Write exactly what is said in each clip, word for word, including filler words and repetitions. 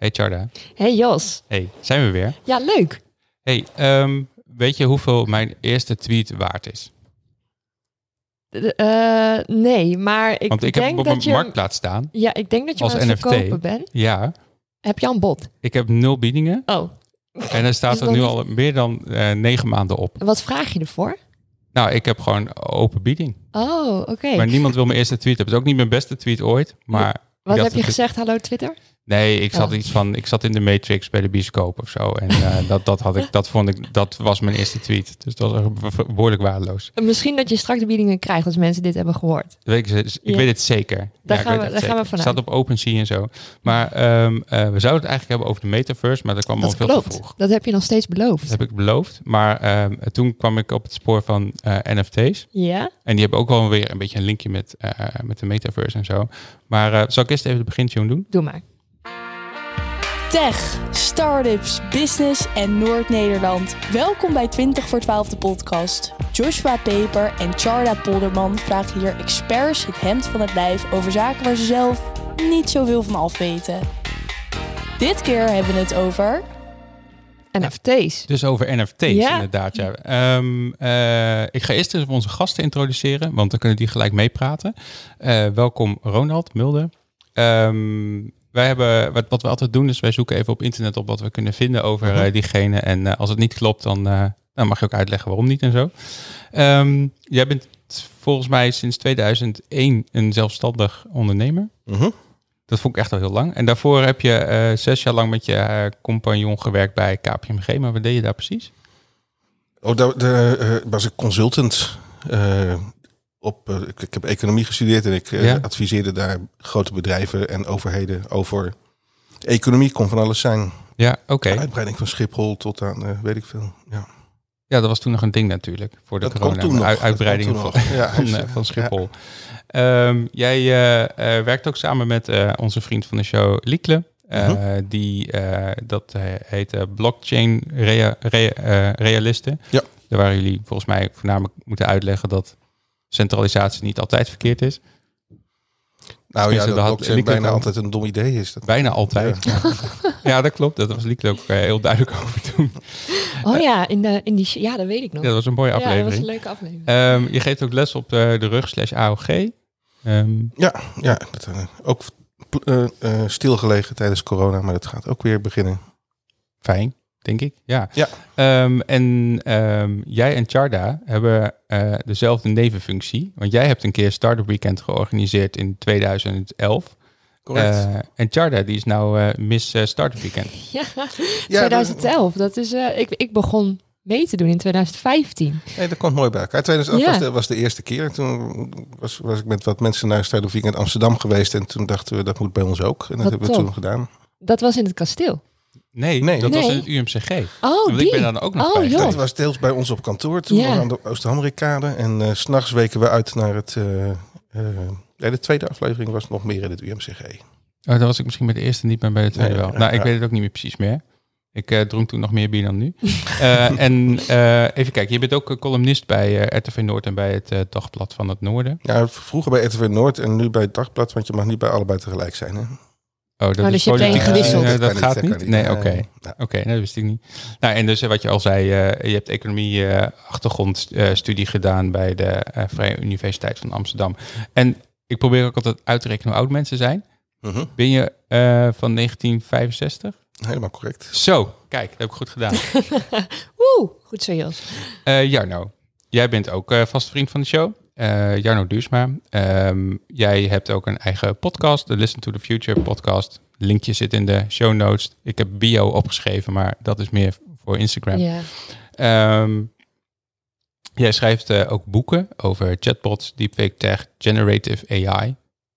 Hey Tjarda. Hey Jos. Hey, zijn we weer? Ja, leuk. Hey, um, weet je hoeveel mijn eerste tweet waard is? Uh, nee, maar ik Want ik denk heb hem op dat een je... marktplaats staan. Ja, ik denk dat je als aan het N F T verkopen bent. Ja. Heb je al een bod? Ik heb nul biedingen. Oh. En er staat er nu al meer dan uh, negen maanden op. Wat vraag je ervoor? Nou, ik heb gewoon open bieding. Oh, oké. Okay. Maar niemand wil mijn eerste tweet hebben. Het is ook niet mijn beste tweet ooit. Maar Wat heb je gezegd? Het... Hallo Twitter? Nee, ik zat oh. iets van, ik zat in de Matrix bij de bioscoop of zo. En uh, dat, dat had ik, dat vond ik, dat was mijn eerste tweet. Dus dat was behoorlijk waardeloos. Misschien dat je straks de biedingen krijgt als mensen dit hebben gehoord. Dat weet ik, ik ja. weet het zeker. Daar ja, gaan, we, daar zeker. gaan we vanuit. Het staat op OpenSea en zo. Maar um, uh, we zouden het eigenlijk hebben over de metaverse, maar dat kwam al veel klopt. te vroeg. Dat heb je nog steeds beloofd. Dat heb ik beloofd. Maar um, toen kwam ik op het spoor van uh, N F T's. Ja. En die hebben ook wel weer een beetje een linkje met, uh, met de metaverse en zo. Maar uh, zal ik eerst even de begintune doen? Doe maar. Tech, startups, business en Noord-Nederland. Welkom bij twintig voor twaalf de podcast. Joshua Peper en Tjarda Polderman vragen hier experts het hemd van het lijf over zaken waar ze zelf niet zoveel van af weten. Dit keer hebben we het over... N F T's. Dus over N F T's, ja. inderdaad. Ja. Um, uh, ik ga eerst eens onze gasten introduceren, want dan kunnen die gelijk meepraten. Uh, welkom Ronald Mulder. Um, Wij hebben, wat, wat we altijd doen, is wij zoeken even op internet op wat we kunnen vinden over uh, diegene. En uh, als het niet klopt, dan, uh, dan mag je ook uitleggen waarom niet en zo. Um, jij bent volgens mij sinds tweeduizend één een zelfstandig ondernemer. Uh-huh. Dat vond ik echt al heel lang. En daarvoor heb je uh, zes jaar lang met je uh, compagnon gewerkt bij K P M G. Maar wat deed je daar precies? Oh, daar, daar uh, was ik consultant. Uh, Op, uh, ik, ik heb economie gestudeerd en ik uh, ja. adviseerde daar grote bedrijven en overheden over economie. Kon van alles zijn. Ja, oké. Okay. Uitbreiding van Schiphol tot aan, uh, weet ik veel. Ja. ja, dat was toen nog een ding natuurlijk. Voor de dat corona. Toen uit, uitbreiding van, ja, van, uh, van Schiphol. Ja. Um, jij uh, uh, werkt ook samen met uh, onze vriend van de show, Liekle. Uh, uh-huh. Die, uh, dat uh, heet uh, Blockchain rea, rea, uh, Realisten. Ja. Daar waren jullie volgens mij voornamelijk moeten uitleggen dat centralisatie niet altijd verkeerd is. Nou ja, dat, dat had bijna ook altijd een dom idee is. Dat bijna altijd. Ja. ja, dat klopt. Dat was Liekle ook uh, heel duidelijk over toen. Oh ja, in de, in die, ja, dat weet ik nog. Ja, dat was een mooie aflevering. Ja, dat was een leuke aflevering. Um, je geeft ook les op uh, de rug slash A O G. Um, ja, ja dat, uh, ook uh, uh, stilgelegen tijdens corona, maar dat gaat ook weer beginnen. Fijn. Denk ik, ja. ja. Um, en um, jij en Tjarda hebben uh, dezelfde nevenfunctie. Want jij hebt een keer Startup Weekend georganiseerd in tweeduizend elf. Correct. Uh, en Tjarda, die is nou uh, Miss uh, Startup Weekend. Ja, tweeduizend elf. Dat is, uh, ik, ik begon mee te doen in tweeduizend vijftien. Nee, dat komt mooi bij elkaar. tweeduizend elf ja. was, de, was de eerste keer. Toen was, was ik met wat mensen naar Startup Weekend Amsterdam geweest. En toen dachten we, dat moet bij ons ook. En dat wat hebben we top. toen gedaan. Dat was in het kasteel. Nee, nee, dat nee. was in het U M C G. Oh, Want die? Ik ben dan ook nog oh, bij. Joh. Dat was deels bij ons op kantoor. Toen ja. we aan de Oosterhammerikade. En uh, 's nachts weken we uit naar het... Uh, uh, ja, de tweede aflevering was nog meer in het U M C G. Oh, dan was ik misschien bij de eerste niet, maar bij de tweede nee, wel. Ja, nou, ik ja. weet het ook niet meer precies meer. Ik uh, dronk toen nog meer bier dan nu. uh, en uh, even kijken, je bent ook columnist bij uh, R T V Noord en bij het uh, Dagblad van het Noorden. Ja, vroeger bij R T V Noord en nu bij het Dagblad, want je mag niet bij allebei tegelijk zijn, hè? Oh, dat oh, is dus je hebt één gewisseld. Uh, dat, dat niet, gaat dat niet? niet? Nee, oké. Okay. Ja. Oké, okay, dat wist ik niet. Nou, en dus wat je al zei, uh, je hebt economie uh, achtergrondstudie uh, gedaan bij de uh, Vrije Universiteit van Amsterdam. En ik probeer ook altijd uit te rekenen hoe oud mensen zijn. Uh-huh. Ben je uh, van negentien vijfenzestig? Helemaal correct. Zo, kijk, dat heb ik goed gedaan. Oeh, goed zo, Jos. Uh, Jarno, jij bent ook uh, vast vriend van de show. Uh, Jarno Duursma. Um, jij hebt ook een eigen podcast, de Listen to the Future podcast. Linkje zit in de show notes. Ik heb bio opgeschreven, maar dat is meer voor Instagram. Yeah. Um, jij schrijft uh, ook boeken over chatbots, deepfake tech, generative A I.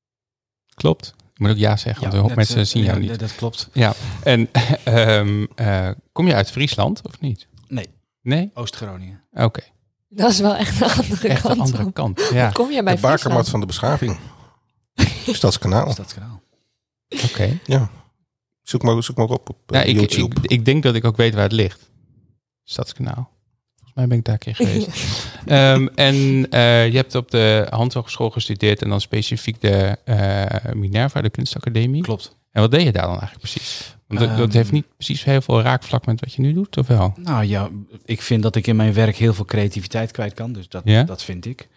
Klopt? Je moet ook ja zeggen, want ja, dat, mensen zien jou ja, niet. Dat klopt. Ja, en um, uh, kom je uit Friesland of niet? Nee. Nee? Oost-Groningen. Oké. Okay. Dat is wel echt de andere echt kant. de andere kant, ja. Hoe kom je bij de bakermat van de beschaving. Stadskanaal. Stadskanaal. Oké. Okay. Ja. Zoek maar, zoek maar op op uh, ja, ik, YouTube. Ik, ik denk dat ik ook weet waar het ligt. Stadskanaal. Volgens mij ben ik daar een keer geweest. um, en uh, je hebt op de Hans Hogeschool gestudeerd en dan specifiek de uh, Minerva, de kunstacademie. Klopt. En wat deed je daar dan eigenlijk precies? Want dat, um, dat heeft niet precies heel veel raakvlak met wat je nu doet, of wel? Nou ja, ik vind dat ik in mijn werk heel veel creativiteit kwijt kan. Dus dat, ja? dat vind ik.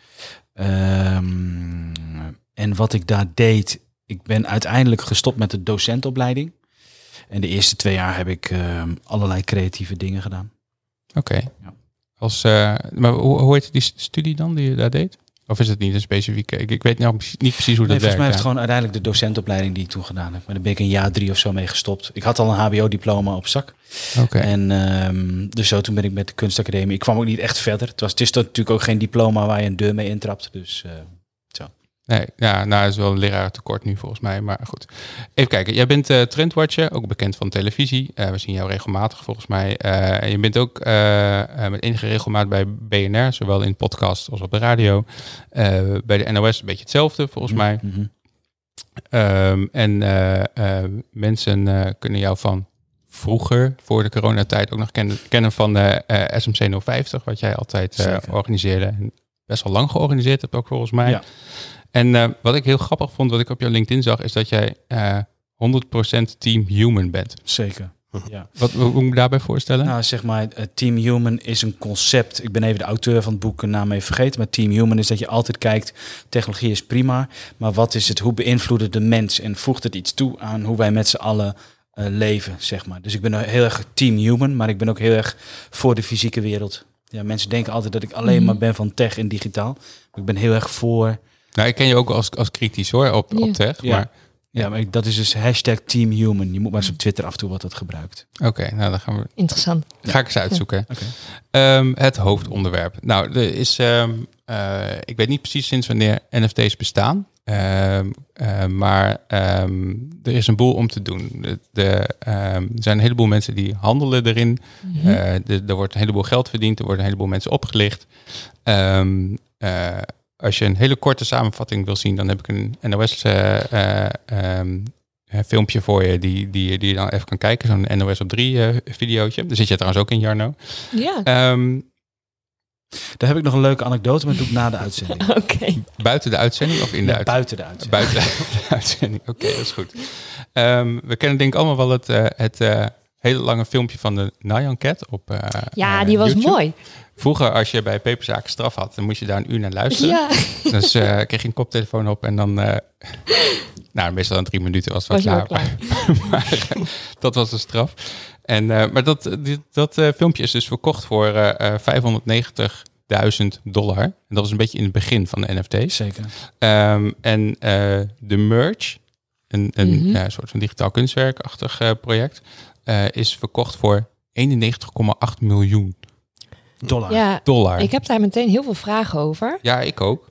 Um, en wat ik daar deed, ik ben uiteindelijk gestopt met de docentopleiding. En de eerste twee jaar heb ik um, allerlei creatieve dingen gedaan. Oké. Okay. Ja. Als, uh, maar hoe, hoe heet die studie dan die je daar deed? Of is het niet een specifieke? Ik, ik weet nou niet precies hoe dat nee, werkt. Volgens mij ja. is het gewoon uiteindelijk de docentopleiding die ik toen gedaan heb. Maar daar ben ik een jaar drie of zo mee gestopt. Ik had al een H B O-diploma op zak. Okay. En um, dus zo toen ben ik met de kunstacademie. Ik kwam ook niet echt verder. Het was, het is natuurlijk ook geen diploma waar je een deur mee intrapt. Dus uh, zo. Nee, ja, nou is wel een lerarentekort nu volgens mij, maar goed. Even kijken, jij bent uh, trendwatcher, ook bekend van televisie. Uh, we zien jou regelmatig volgens mij. Uh, en je bent ook uh, uh, met enige regelmaat bij B N R, zowel in podcast als op de radio. Uh, bij de N O S een beetje hetzelfde volgens mij. Mm-hmm. Um, en uh, uh, mensen uh, kunnen jou van vroeger, voor de coronatijd, ook nog kennen, kennen van de uh, S M C nul vijftig, wat jij altijd uh, organiseerde. En best wel lang georganiseerd hebt ook volgens mij. Ja. En uh, wat ik heel grappig vond, wat ik op jouw LinkedIn zag, is dat jij uh, honderd procent Team Human bent. Zeker, ja. Wat hoe moet ik me daarbij voorstellen? Nou, zeg maar, uh, Team Human is een concept. Ik ben even de auteur van het boek een naam even vergeten. Maar Team Human is dat je altijd kijkt, technologie is prima. Maar wat is het, hoe beïnvloedt het de mens? En voegt het iets toe aan hoe wij met z'n allen uh, leven, zeg maar. Dus ik ben heel erg Team Human, maar ik ben ook heel erg voor de fysieke wereld. Ja, mensen denken altijd dat ik alleen mm-hmm. maar ben van tech en digitaal. Maar ik ben heel erg voor... Nou, ik ken je ook als, als kritisch hoor, op, ja. op tech. Ja. Maar, ja. ja, maar dat is dus hashtag Team Human. Je moet maar eens op Twitter af en toe wat dat gebruikt. Oké, okay, nou dan gaan we... Interessant. Ga ja. ik eens uitzoeken. Ja. Okay. Um, het hoofdonderwerp. Nou, er is... Um, uh, ik weet niet precies sinds wanneer N F T's bestaan. Um, uh, maar um, er is een boel om te doen. De, de, um, er zijn een heleboel mensen die handelen erin. Mm-hmm. Uh, de, er wordt een heleboel geld verdiend. Er worden een heleboel mensen opgelicht. Um, uh, Als je een hele korte samenvatting wil zien, dan heb ik een N O S uh, uh, um, filmpje voor je die, die, die je dan even kan kijken. Zo'n N O S op drie uh, videootje. Daar zit je trouwens ook in, Jarno. Ja. Um, Daar heb ik nog een leuke anekdote, maar doe ik na de uitzending. Oké. Okay. Buiten de uitzending of in de ja, uitzending? Buiten de uitzending. Buiten de uitzending, oké, okay, dat is goed. Um, we kennen denk ik allemaal wel het, uh, het uh, hele lange filmpje van de Nyan Cat op uh, Ja, die uh, was YouTube. mooi. Vroeger, als je bij Peperzaken straf had, dan moest je daar een uur naar luisteren. Ja. Dus uh, kreeg je een koptelefoon op en dan... Uh, nou, meestal in drie minuten was het wel klaar. klaar. maar uh, dat was de straf. En, uh, maar dat, die, dat uh, filmpje is dus verkocht voor uh, uh, vijfhonderdnegentigduizend dollar. En dat was een beetje in het begin van de N F T. Zeker. Um, en uh, de merch, een, een mm-hmm. uh, soort van digitaal kunstwerkachtig uh, project, uh, is verkocht voor eenennegentig komma acht miljoen. Dollar. Ja, dollar. Ik heb daar meteen heel veel vragen over. Ja, ik ook.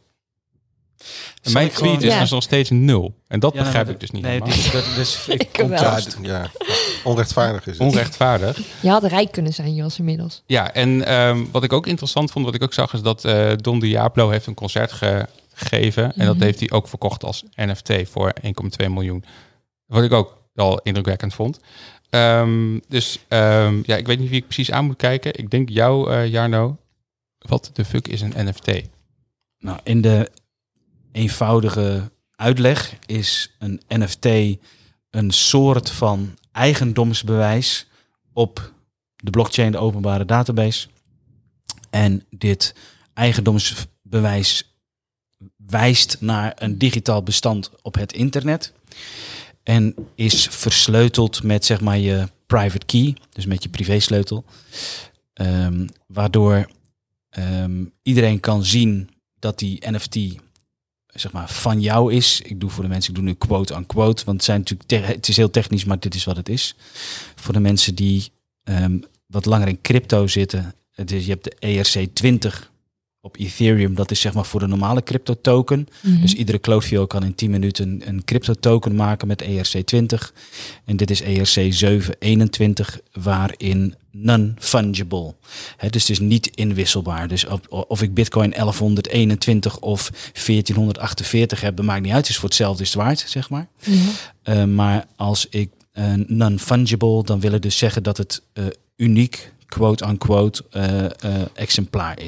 Zal mijn ik tweet gewoon... is ja. dus nog steeds nul. En dat ja, begrijp nou, ik dus niet nee, helemaal. Nee, dat, dus ik ik wel. Ja, ja, onrechtvaardig is het. Onrechtvaardig. Je had rijk kunnen zijn, Jos, inmiddels. Ja, en um, wat ik ook interessant vond, wat ik ook zag, is dat uh, Don Diablo heeft een concert ge- gegeven. Mm-hmm. En dat heeft hij ook verkocht als N F T voor één komma twee miljoen. Wat ik ook wel indrukwekkend vond. Um, dus um, ja, ik weet niet wie ik precies aan moet kijken. Ik denk jou, uh, Jarno. Wat de fuck is een N F T? Nou, in de eenvoudige uitleg is een N F T een soort van eigendomsbewijs op de blockchain, de openbare database. En dit eigendomsbewijs wijst naar een digitaal bestand op het internet. En is versleuteld met zeg maar je private key, dus met je privésleutel. Um, waardoor um, iedereen kan zien dat die N F T zeg maar van jou is. Ik doe voor de mensen, ik doe nu quote aan quote, want het zijn natuurlijk te- het is heel technisch, maar dit is wat het is. Voor de mensen die um, wat langer in crypto zitten, het is, je hebt de E R C twintig op Ethereum, dat is zeg maar voor de normale crypto token. Mm-hmm. Dus iedere Clovio kan in tien minuten een crypto token maken met E R C twintig. En dit is E R C zeven eenentwintig, waarin non-fungible. He, dus het is niet inwisselbaar. Dus of, of ik Bitcoin elfhonderdeenentwintig of veertienhonderdachtenveertig heb, dat maakt niet uit. Het is voor hetzelfde is het waard, zeg maar. Mm-hmm. Uh, maar als ik uh, non-fungible, dan wil het dus zeggen dat het uh, uniek, quote-unquote, uh, uh, exemplaar is.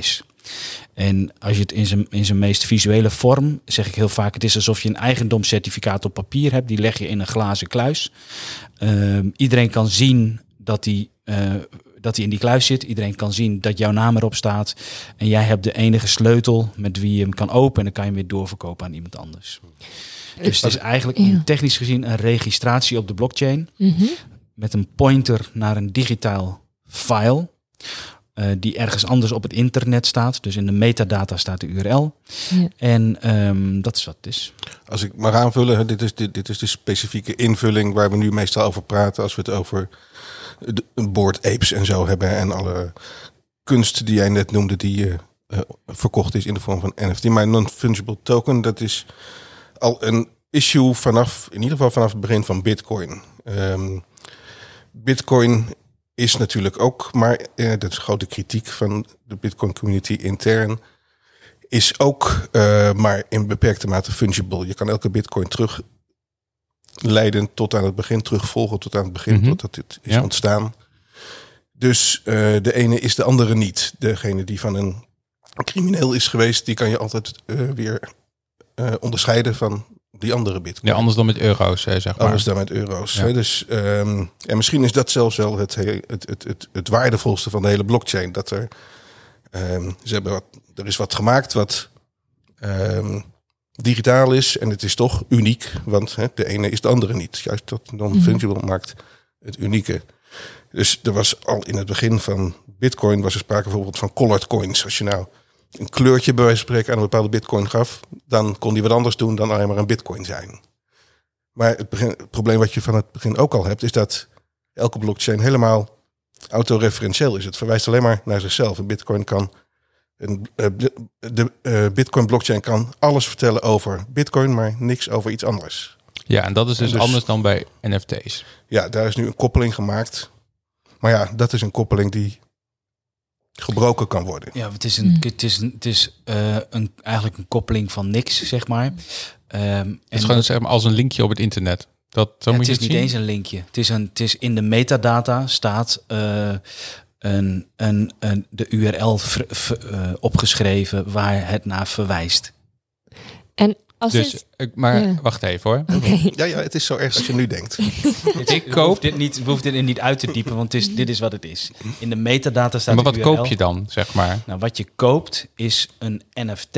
En als je het in zijn, in zijn meest visuele vorm, zeg ik heel vaak, het is alsof je een eigendomscertificaat op papier hebt. Die leg je in een glazen kluis. Uh, iedereen kan zien dat die, uh, dat die in die kluis zit. Iedereen kan zien dat jouw naam erop staat. En jij hebt de enige sleutel met wie je hem kan openen. En dan kan je hem weer doorverkopen aan iemand anders. Dus het is eigenlijk Ja. technisch gezien een registratie op de blockchain. Mm-hmm. Met een pointer naar een digitaal file. Uh, die ergens anders op het internet staat. Dus in de metadata staat de U R L. Ja. En um, dat is wat het is. Als ik mag aanvullen, hè, dit is, dit, dit is de specifieke invulling waar we nu meestal over praten. Als we het over de Bored Apes en zo hebben. En alle kunst die jij net noemde die uh, uh, verkocht is in de vorm van N F T. Maar non-fungible token, dat is al een issue vanaf, in ieder geval vanaf het begin van Bitcoin. Um, Bitcoin is natuurlijk ook, maar uh, dat is grote kritiek van de Bitcoin community intern, is ook uh, maar in beperkte mate fungible. Je kan elke Bitcoin terugleiden tot aan het begin, terugvolgen tot aan het begin, Mm-hmm. totdat dit is Ja. ontstaan. Dus uh, de ene is de andere niet. Degene die van een crimineel is geweest, die kan je altijd uh, weer uh, onderscheiden van die andere Bitcoin. Ja, anders dan met euro's, eh, zeg maar. Anders dan met euro's. Ja. Hè? Dus, um, en misschien is dat zelfs wel het, het, het, het, het waardevolste van de hele blockchain. Dat er, um, ze hebben wat, er is wat gemaakt wat um, digitaal is. En het is toch uniek. Want hè, de ene is de andere niet. Juist dat non-fungible mm. maakt het unieke. Dus er was al in het begin van Bitcoin was er sprake bijvoorbeeld van colored coins. Als je nou een kleurtje bij wijze van spreken aan een bepaalde Bitcoin gaf, dan kon die wat anders doen dan alleen maar een Bitcoin zijn. Maar het, begin, het probleem wat je van het begin ook al hebt, is dat elke blockchain helemaal autoreferentieel is. Het verwijst alleen maar naar zichzelf. Een Bitcoin kan, een, uh, de uh, Bitcoin blockchain kan alles vertellen over Bitcoin, maar niks over iets anders. Ja, en dat is dus, dus anders dan bij N F T's. Ja, daar is nu een koppeling gemaakt. Maar ja, dat is een koppeling die gebroken kan worden. Ja, het is, een, het is, een, het is uh, een, eigenlijk een koppeling van niks, zeg maar. Um, het is gewoon zeg maar, als een linkje op het internet. Dat, zo ja, moet het je is het niet zien? eens een linkje. Het is, een, het is in de metadata staat uh, een, een, een, de U R L v, v, uh, opgeschreven waar het naar verwijst. En als Dus, dit... ik, maar Ja. wacht even hoor. Okay. Ja, ja, het is zo erg als je nu denkt. Ik We koop... hoeven dit niet, we hoeven dit niet uit te diepen, want het is, dit is wat het is. In de metadata staat Maar de wat U R L. koop je dan, zeg maar? Nou, wat je koopt is een N F T.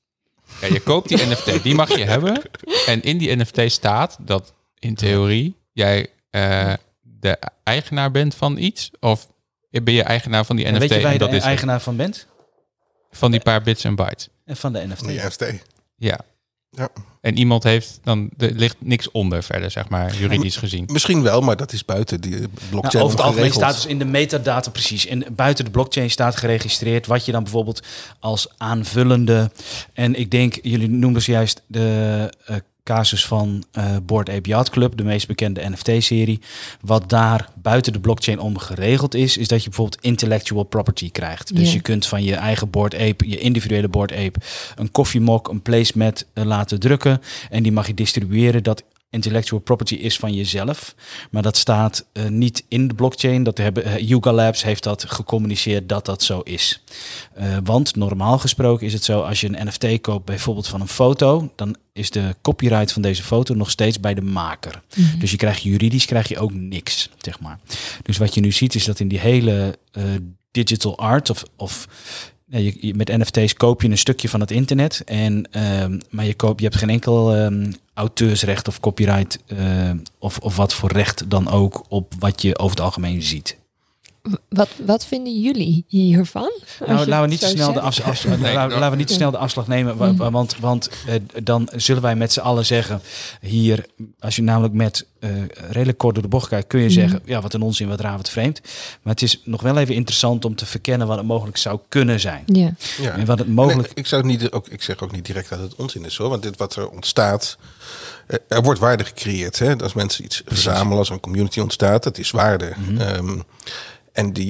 Ja, je koopt die N F T, die mag je hebben. En in die N F T staat dat in theorie jij uh, de eigenaar bent van iets. Of ben je eigenaar van die En N F T? weet je waar je en dat de is eigenaar van bent? van die paar bits en bytes. En van de N F T. Die N F T. Ja. Ja. En iemand heeft dan, er ligt niks onder verder, zeg maar, juridisch gezien. Misschien wel, maar dat is buiten die blockchain. Nou, over het algemeen geregeld. staat dus in de metadata precies. En buiten de blockchain staat geregistreerd wat je dan bijvoorbeeld als aanvullende. En ik denk, jullie noemden zojuist de uh, casus van uh, Bored Ape Yacht Club, de meest bekende N F T-serie. Wat daar buiten de blockchain om geregeld is, is dat je bijvoorbeeld intellectual property krijgt. Dus Ja. je kunt van je eigen Bored Ape, je individuele Bored Ape, een koffiemok, een placemat uh, laten drukken. En die mag je distribueren. Dat intellectual property is van jezelf. Maar dat staat uh, niet in de blockchain. Dat hebben, uh, Yuga Labs heeft dat gecommuniceerd dat dat zo is. Uh, want normaal gesproken is het zo, als je een N F T koopt, bijvoorbeeld van een foto, dan is de copyright van deze foto nog steeds bij de maker. Mm-hmm. Dus je krijgt juridisch krijg je ook niks, zeg maar. Dus wat je nu ziet is dat in die hele uh, digital art of, of ja, je, je, met N F T's koop je een stukje van het internet. En, um, maar je, koopt, je hebt geen enkel um, auteursrecht of copyright uh, of, of wat voor recht dan ook op wat je over het algemeen ziet. Wat, wat vinden jullie hiervan? Nou, laten we niet te snel de afslag, afslag, Nee, laten, nou. laten we niet te snel de afslag nemen, wa- wa- want, want uh, dan zullen wij met z'n allen zeggen hier, als je namelijk met uh, redelijk kort door de bocht kijkt, kun je Mhm. zeggen, ja, wat een onzin, wat raar, wat vreemd. Maar het is nog wel even interessant om te verkennen wat het mogelijk zou kunnen zijn. Ja. Ja. En wat het mogelijk... Nee, ik, zou niet, ook, ik zeg ook niet direct dat het onzin is hoor. Want dit wat er ontstaat, eh, er wordt waarde gecreëerd. Hè? Als mensen iets Precies. verzamelen, als er een community ontstaat, dat is waarde. Mhm. Um, en die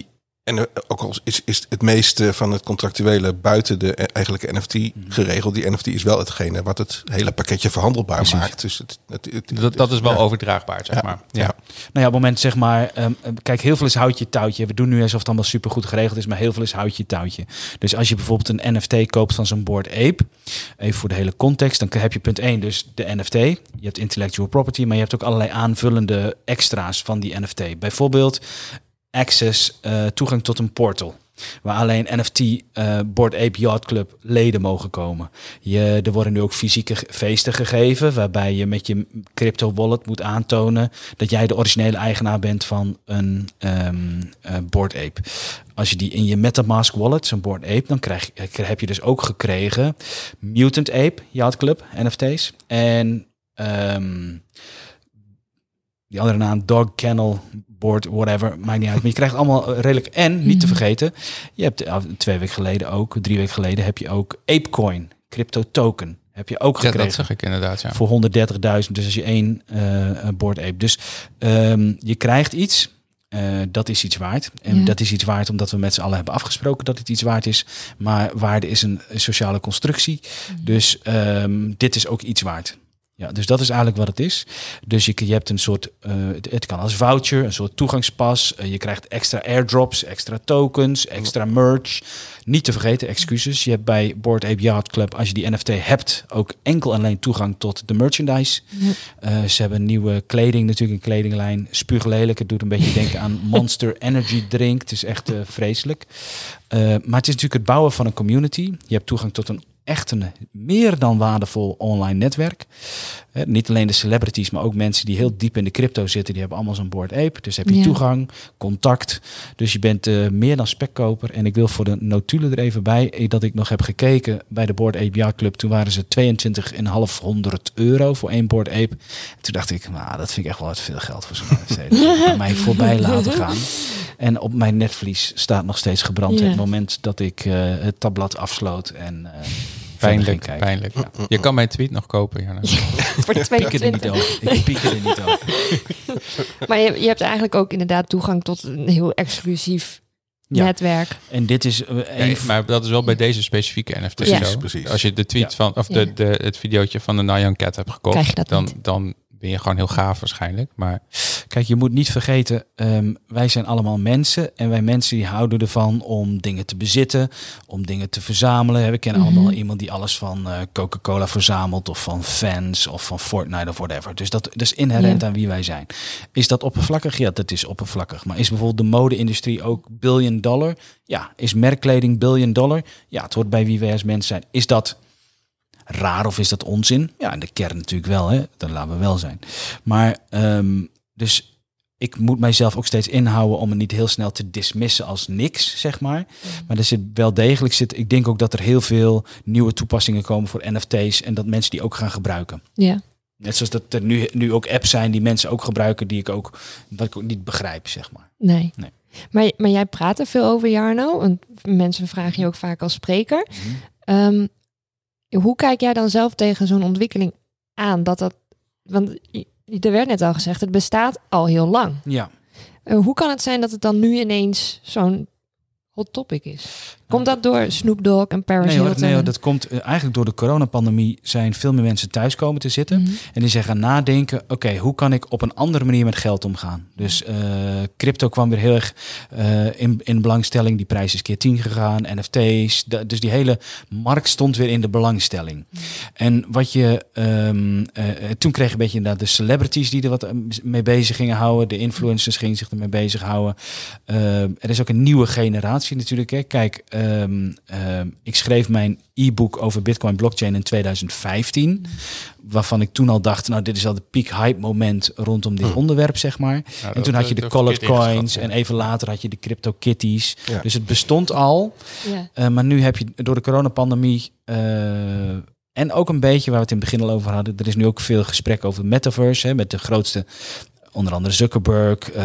En uh, ook al is, is het meeste van het contractuele buiten de uh, eigenlijke N F T mm-hmm. geregeld. Die N F T is wel hetgene wat het hele pakketje verhandelbaar Precies. maakt. Dus het, het, het, het, dat, dat is wel ja. overdraagbaar, zeg ja. maar. Ja. Ja. Nou ja, op het moment zeg maar, um, kijk, heel veel is houtje touwtje. We doen nu alsof het allemaal supergoed geregeld is, maar heel veel is houtje touwtje. Dus als je bijvoorbeeld een N F T koopt van zo'n Bored Ape, even voor de hele context, dan heb je punt één dus de N F T. Je hebt intellectual property, maar je hebt ook allerlei aanvullende extra's van die N F T. Bijvoorbeeld access, uh, toegang tot een portal. Waar alleen N F T uh, Bored Ape Yacht Club leden mogen komen. Je, er worden nu ook fysieke feesten gegeven, waarbij je met je crypto wallet moet aantonen dat jij de originele eigenaar bent van een um, uh, Bored Ape. Als je die in je MetaMask wallet, zo'n Bored Ape, dan krijg, heb je dus ook gekregen Mutant Ape Yacht Club N F T's en um, die andere naam Dog Kennel Board, whatever, maakt niet uit. Maar je krijgt allemaal redelijk. En, niet te vergeten, je hebt twee weken geleden ook, drie weken geleden, heb je ook Apecoin, crypto token. Heb je ook gekregen. Ja, dat zag ik inderdaad, ja. Voor honderddertigduizend, dus als je één uh, Bored Ape. Dus um, je krijgt iets, uh, dat is iets waard. En ja. dat is iets waard omdat we met z'n allen hebben afgesproken dat het iets waard is. Maar waarde is een sociale constructie. Mm. Dus um, dit is ook iets waard. Ja, dus dat is eigenlijk wat het is. Dus je, je hebt een soort, uh, het, het kan als voucher, een soort toegangspas. Uh, je krijgt extra airdrops, extra tokens, extra merch. Niet te vergeten, excuses. Je hebt bij Bored Ape Yacht Club, als je die N F T hebt, ook enkel alleen toegang tot de merchandise. Ja. Uh, ze hebben nieuwe kleding, natuurlijk een kledinglijn. Spuuglelijk, het doet een beetje denken aan Monster Energy Drink. Het is echt uh, vreselijk. Uh, maar het is natuurlijk het bouwen van een community. Je hebt toegang tot een echt een meer dan waardevol online netwerk. He, niet alleen de celebrities, maar ook mensen die heel diep in de crypto zitten. Die hebben allemaal zo'n Bored Ape. Dus heb je ja. toegang, contact. Dus je bent uh, meer dan spekkoper. En ik wil voor de notulen er even bij dat ik nog heb gekeken bij de Bored Ape Yacht Club. Toen waren ze tweeëntwintig vijfhonderd euro voor één Bored Ape. En toen dacht ik, nou, dat vind ik echt wel wat veel geld voor zo'n N F T. Dus mij voorbij laten gaan. En op mijn netvlies staat nog steeds gebrand. Ja. Het moment dat ik uh, het tabblad afsloot en uh, pijnlijk, pijnlijk. Ja. Je kan mijn tweet nog kopen, Jana. Voor tweeëntwintig. Ik piek er niet over. Ik piek er niet over. Maar je, je hebt eigenlijk ook inderdaad toegang tot een heel exclusief ja. netwerk. En dit is uh, een... ja, maar dat is wel bij deze specifieke N F T ja. zo. Precies. Als je de tweet ja. van of de, ja. de het videootje van de Nyan Cat hebt gekocht, dan, dan ben je gewoon heel gaaf waarschijnlijk. Maar kijk, je moet niet vergeten, um, wij zijn allemaal mensen. En wij mensen die houden ervan om dingen te bezitten, om dingen te verzamelen. We kennen mm-hmm. allemaal iemand die alles van uh, Coca-Cola verzamelt, of van fans, of van Fortnite of whatever. Dus dat, dat is inherent ja. aan wie wij zijn. Is dat oppervlakkig? Ja, dat is oppervlakkig. Maar is bijvoorbeeld de mode-industrie ook billion dollar? Ja. Is merkkleding billion dollar? Ja, het hoort bij wie wij als mens zijn. Is dat raar of is dat onzin? Ja, in de kern natuurlijk wel, hè. Dat laten we wel zijn. Maar um, dus ik moet mijzelf ook steeds inhouden om het niet heel snel te dismissen als niks, zeg maar. Mm. Maar er zit wel degelijk zit. Ik denk ook dat er heel veel nieuwe toepassingen komen voor N F T's en dat mensen die ook gaan gebruiken. Ja. Net zoals dat er nu, nu ook apps zijn die mensen ook gebruiken die ik ook, wat ik ook niet begrijp, zeg maar. Nee. nee. Maar, maar jij praat er veel over, Jarno. Want mensen vragen je ook vaak als spreker. Mm. Um, Hoe kijk jij dan zelf tegen zo'n ontwikkeling aan? Dat dat, want er werd net al gezegd, het bestaat al heel lang. Ja. Uh, hoe kan het zijn dat het dan nu ineens zo'n hot topic is? Komt dat door Snoop Dogg en Paris nee, Hilton? hoor, nee, hoor, dat komt uh, eigenlijk door de coronapandemie zijn veel meer mensen thuis komen te zitten. Mm-hmm. En die zijn gaan nadenken, oké, okay, hoe kan ik op een andere manier met geld omgaan? Dus uh, crypto kwam weer heel erg uh, in, in belangstelling. Die prijs is keer tien gegaan, N F T's. De, dus die hele markt stond weer in de belangstelling. Mm-hmm. En wat je, um, uh, toen kreeg je een beetje inderdaad de celebrities die er wat mee bezig gingen houden. De influencers gingen zich ermee bezighouden. Uh, er is ook een nieuwe generatie natuurlijk. Hè. Kijk, Um, um, ik schreef mijn e-book over Bitcoin blockchain in tweeduizend vijftien. Mm. Waarvan ik toen al dacht, nou dit is al de peak hype moment rondom dit mm. onderwerp, zeg maar. Ja, en toen had je de colored coins en even later had je de crypto kitties. Ja. Dus het bestond al. Ja. Uh, maar nu heb je door de coronapandemie uh, en ook een beetje waar we het in het begin al over hadden. Er is nu ook veel gesprek over metaverse, hè, met de grootste, onder andere Zuckerberg, uh,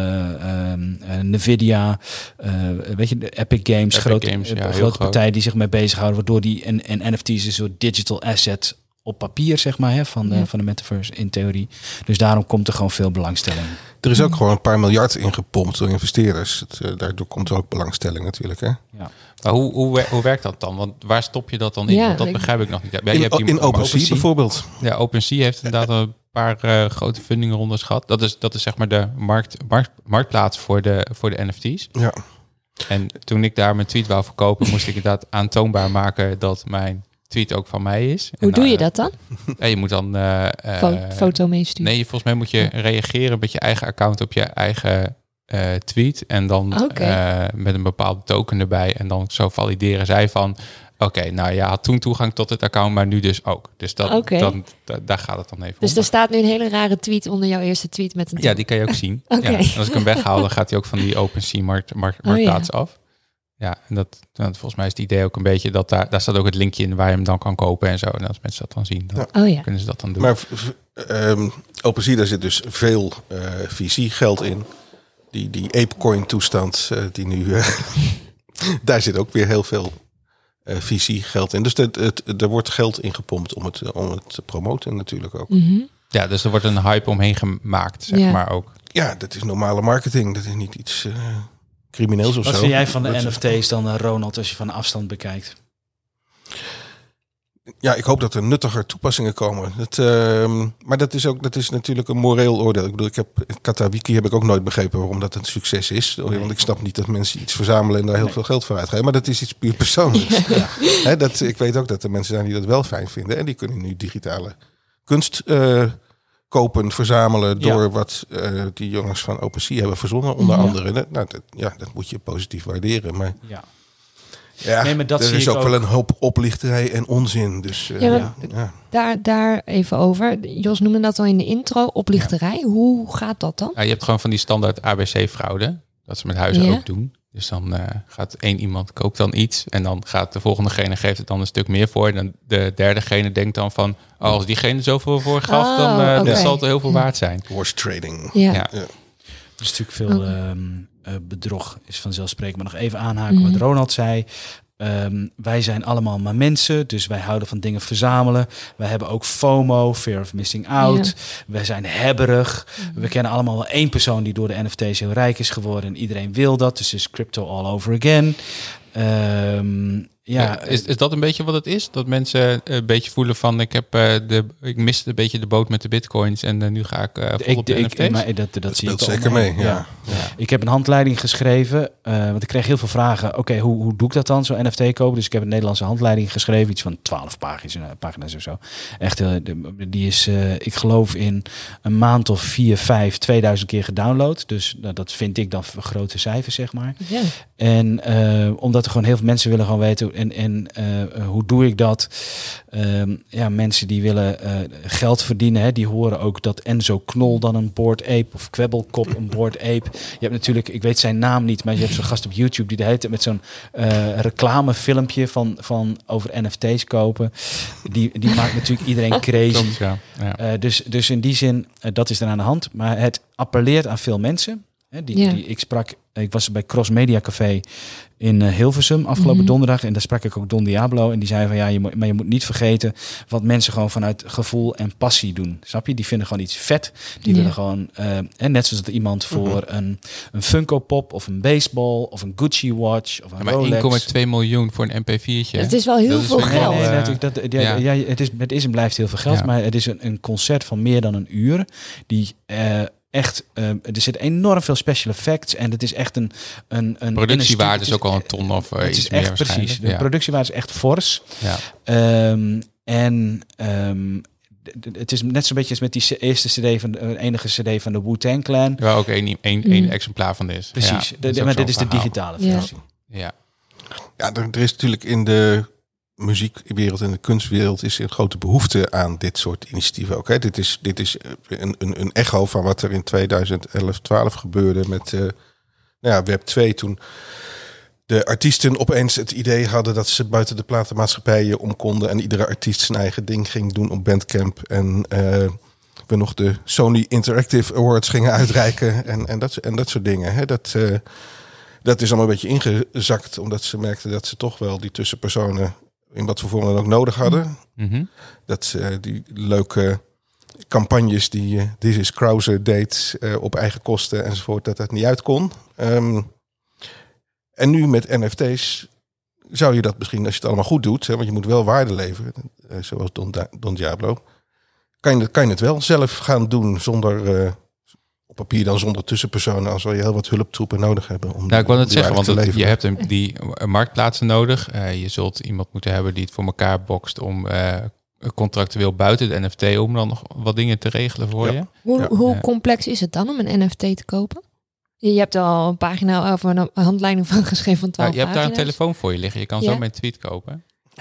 uh, uh, Nvidia, uh, weet je, de Epic Games, Epic grote, Games, ja, uh, grote partijen die zich mee bezighouden, waardoor die een, een N F T is een soort digital asset op papier, zeg maar, hè, van, de, Ja. van de metaverse in theorie. Dus daarom komt er gewoon veel belangstelling. Er is ook gewoon een paar miljard ingepompt door investeerders. Het, uh, daardoor komt er ook belangstelling natuurlijk. Hè? Ja. Maar hoe, hoe, hoe werkt dat dan? Want waar stop je dat dan in? Ja, Want dat ik- begrijp ik nog niet. Ja, In, je hebt die- in OpenSea OpenSea. bijvoorbeeld. Ja, OpenSea heeft inderdaad een paar uh, grote fundingrondes gehad. Dat is, dat is zeg maar de markt, markt, marktplaats voor de, voor de N F T's. Ja. En toen ik daar mijn tweet wou verkopen, moest ik inderdaad aantoonbaar maken dat mijn tweet ook van mij is. Hoe en, doe je uh, dat dan? Ja, je moet dan... uh, uh, Fo- foto meesturen? Nee, volgens mij moet je reageren met je eigen account op je eigen uh, tweet. En dan Okay. uh, met een bepaalde token erbij. En dan zo valideren zij van... Oké, okay, nou ja, had toen toegang tot het account, maar nu dus ook. Dus dat, Okay. dan, da, daar gaat het dan even Dus om. er staat nu een hele rare tweet onder jouw eerste tweet met een... Ja, die kan je ook zien. Oké. Ja, en als ik hem weghaal, dan gaat hij ook van die OpenSea markt, markt, marktplaats Oh, ja. af. Ja, en dat, nou, volgens mij is het idee ook een beetje dat daar, daar staat ook het linkje in waar je hem dan kan kopen en zo. En als mensen dat dan zien, dan Oh ja. kunnen ze dat dan doen. Maar v- v- um, OpenSea, daar zit dus veel uh, V C-geld in. Die, die Apecoin-toestand, uh, die nu... Uh, daar zit ook weer heel veel uh, V C-geld in. Dus het, het, er wordt geld ingepompt om het, om het te promoten natuurlijk ook. Mm-hmm. Ja, dus er wordt een hype omheen gemaakt, zeg Ja. maar ook. Ja, dat is normale marketing. Dat is niet iets uh, crimineels of Wat zo. vind jij van de Dat- N F T's dan, uh, Ronald, als je van afstand bekijkt? Ja, ik hoop dat er nuttiger toepassingen komen. Dat, uh, maar dat is ook dat is natuurlijk een moreel oordeel. Ik bedoel, ik heb Katawiki heb ik ook nooit begrepen waarom dat een succes is. Nee. Want ik snap niet dat mensen iets verzamelen en daar heel Nee. veel geld voor uitgeven. Maar dat is iets puur persoonlijks. Ja. Hè, dat, ik weet ook dat er mensen zijn die dat wel fijn vinden. En die kunnen nu digitale kunst uh, kopen, verzamelen door Ja. wat uh, die jongens van OpenSea hebben verzonnen. Onder Ja. andere. Dat, nou, dat, ja, dat moet je positief waarderen. Maar Ja. ja, Nee, maar dat er zie is ik ook, ook. wel een hoop oplichterij en onzin. Dus uh, Ja, maar Ja. ja. daar, daar even over. Jos noemde dat al in de intro, oplichterij. Hoe gaat dat dan? Ja, je hebt gewoon van die standaard A B C-fraude. Dat ze met huizen Ja. ook doen. Dus dan uh, gaat één iemand koopt dan iets. En dan gaat de volgendegene geeft het dan een stuk meer voor. En dan de derdegene denkt dan van... Oh, als diegene zoveel voor gaf, Oh, dan, uh, oké. dan zal het heel veel waard zijn. Horse trading. Ja. Ja. Er is natuurlijk veel Oké. ehm, uh, bedrog, is vanzelfsprekend. Maar nog even aanhaken Mhm. wat Ronald zei. Um, wij zijn allemaal maar mensen, dus wij houden van dingen verzamelen. Wij hebben ook FOMO, fear of missing out. Ja. Wij zijn hebberig. Mhm. We kennen allemaal wel één persoon die door de N F T's heel rijk is geworden. En iedereen wil dat, dus is crypto all over again. Um, ja, Ja, is, is dat een beetje wat het is? Dat mensen een beetje voelen van... ik, heb, uh, de, ik miste een beetje de boot met de bitcoins... en uh, nu ga ik uh, vol ik, op de ik, N F T's? maar dat, dat, Dat zie ik speelt wel zeker omheen. mee. Ja. Ja. Ik heb een handleiding geschreven, uh, want ik kreeg heel veel vragen. Oké, okay, hoe, hoe doe ik dat dan, zo'n N F T kopen? Dus ik heb een Nederlandse handleiding geschreven, iets van twaalf pagina's, pagina's of zo. Echt, uh, die is, uh, ik geloof in een maand of vier, vijf, tweeduizend keer gedownload. Dus uh, dat vind ik dan grote cijfers, zeg maar. Ja. En uh, omdat er gewoon heel veel mensen willen gewoon weten, en, en uh, hoe doe ik dat? Um, ja, mensen die willen uh, geld verdienen, hè, die horen ook dat Enzo Knol dan een Bored Ape of Kwebbelkop een Bored Ape. Je hebt natuurlijk, ik weet zijn naam niet, maar je hebt zo'n gast op YouTube die de hele tijd met zo'n uh, reclamefilmpje van, van over N F T's kopen. Die, die maakt natuurlijk iedereen crazy. Klopt, ja. Ja. Uh, dus, dus in die zin, uh, dat is er aan de hand. Maar het appelleert aan veel mensen. Hè, die, Ja. die, ik sprak, ik was bij Cross Media Café in uh, Hilversum afgelopen Mm-hmm. donderdag. En daar sprak ik ook Don Diablo. En die zei van ja, je moet, maar je moet niet vergeten wat mensen gewoon vanuit gevoel en passie doen. Snap je? Die vinden gewoon iets vet. Die Ja. willen gewoon, uh, en net zoals dat iemand voor Mm-hmm. een, een Funko Pop of een baseball of een Gucci watch of een Ja, maar Rolex. één komma twee miljoen voor een M P viertje. Het is wel heel Dat is veel weer Nee, geld. nee, Uh, natuurlijk. Dat, ja, ja. ja. het, is, het is en blijft heel veel geld, Ja. maar het is een, een concert van meer dan een uur. Die uh, echt, uh, er zit enorm veel special effects en het is echt een... een, een Productiewaarde in een is stu- ook al een ton of uh, het iets is meer echt waarschijnlijk. precies. De Ja. productiewaarde is echt fors. Ja. Um, en um, d- d- het is net zo'n beetje als met die c- eerste cd van de uh, enige cd van de Wu-Tang Clan. Waar ook één, één, Mm. één exemplaar van is. Precies. Ja, De- dat de- ook maar zo'n dit is de verhaal. digitale Ja. versie. Ja. Ja, er, er is natuurlijk in de muziekwereld en de kunstwereld is een grote behoefte aan dit soort initiatieven ook. Hè. Dit is, dit is een, een, een echo van wat er in tweeduizend elf twaalf gebeurde met uh, nou ja, Web twee. Toen de artiesten opeens het idee hadden dat ze buiten de platenmaatschappijen om konden en iedere artiest zijn eigen ding ging doen op Bandcamp. En uh, we nog de Sony Interactive Awards gingen uitreiken en, en, dat, en dat soort dingen. Hè. Dat... Uh, Dat is allemaal een beetje ingezakt, omdat ze merkten dat ze toch wel die tussenpersonen in wat voor vorm dan ook nodig hadden. Mm-hmm. Dat uh, die leuke campagnes die uh, This is Krause deed uh, op eigen kosten enzovoort, dat dat niet uit kon. Um, en nu met N F T's zou je dat misschien, als je het allemaal goed doet, hè, want je moet wel waarde leveren, uh, zoals Don, Don Diablo, kan je, kan je het wel zelf gaan doen zonder uh, op papier dan zonder tussenpersonen, als we heel wat hulptroepen nodig hebben. Om nou, ik wil het zeggen, want het, je hebt een, die marktplaatsen nodig. Uh, je zult iemand moeten hebben die het voor elkaar bokst om uh, contractueel buiten de N F T om dan nog wat dingen te regelen voor ja. je. Hoe, Ja. hoe Ja. complex is het dan om een N F T te kopen? Je hebt er al een pagina of een handleiding van geschreven van twaalf Nou, je hebt daar een pagina's. telefoon voor je liggen. Je kan Ja. zo mijn tweet kopen.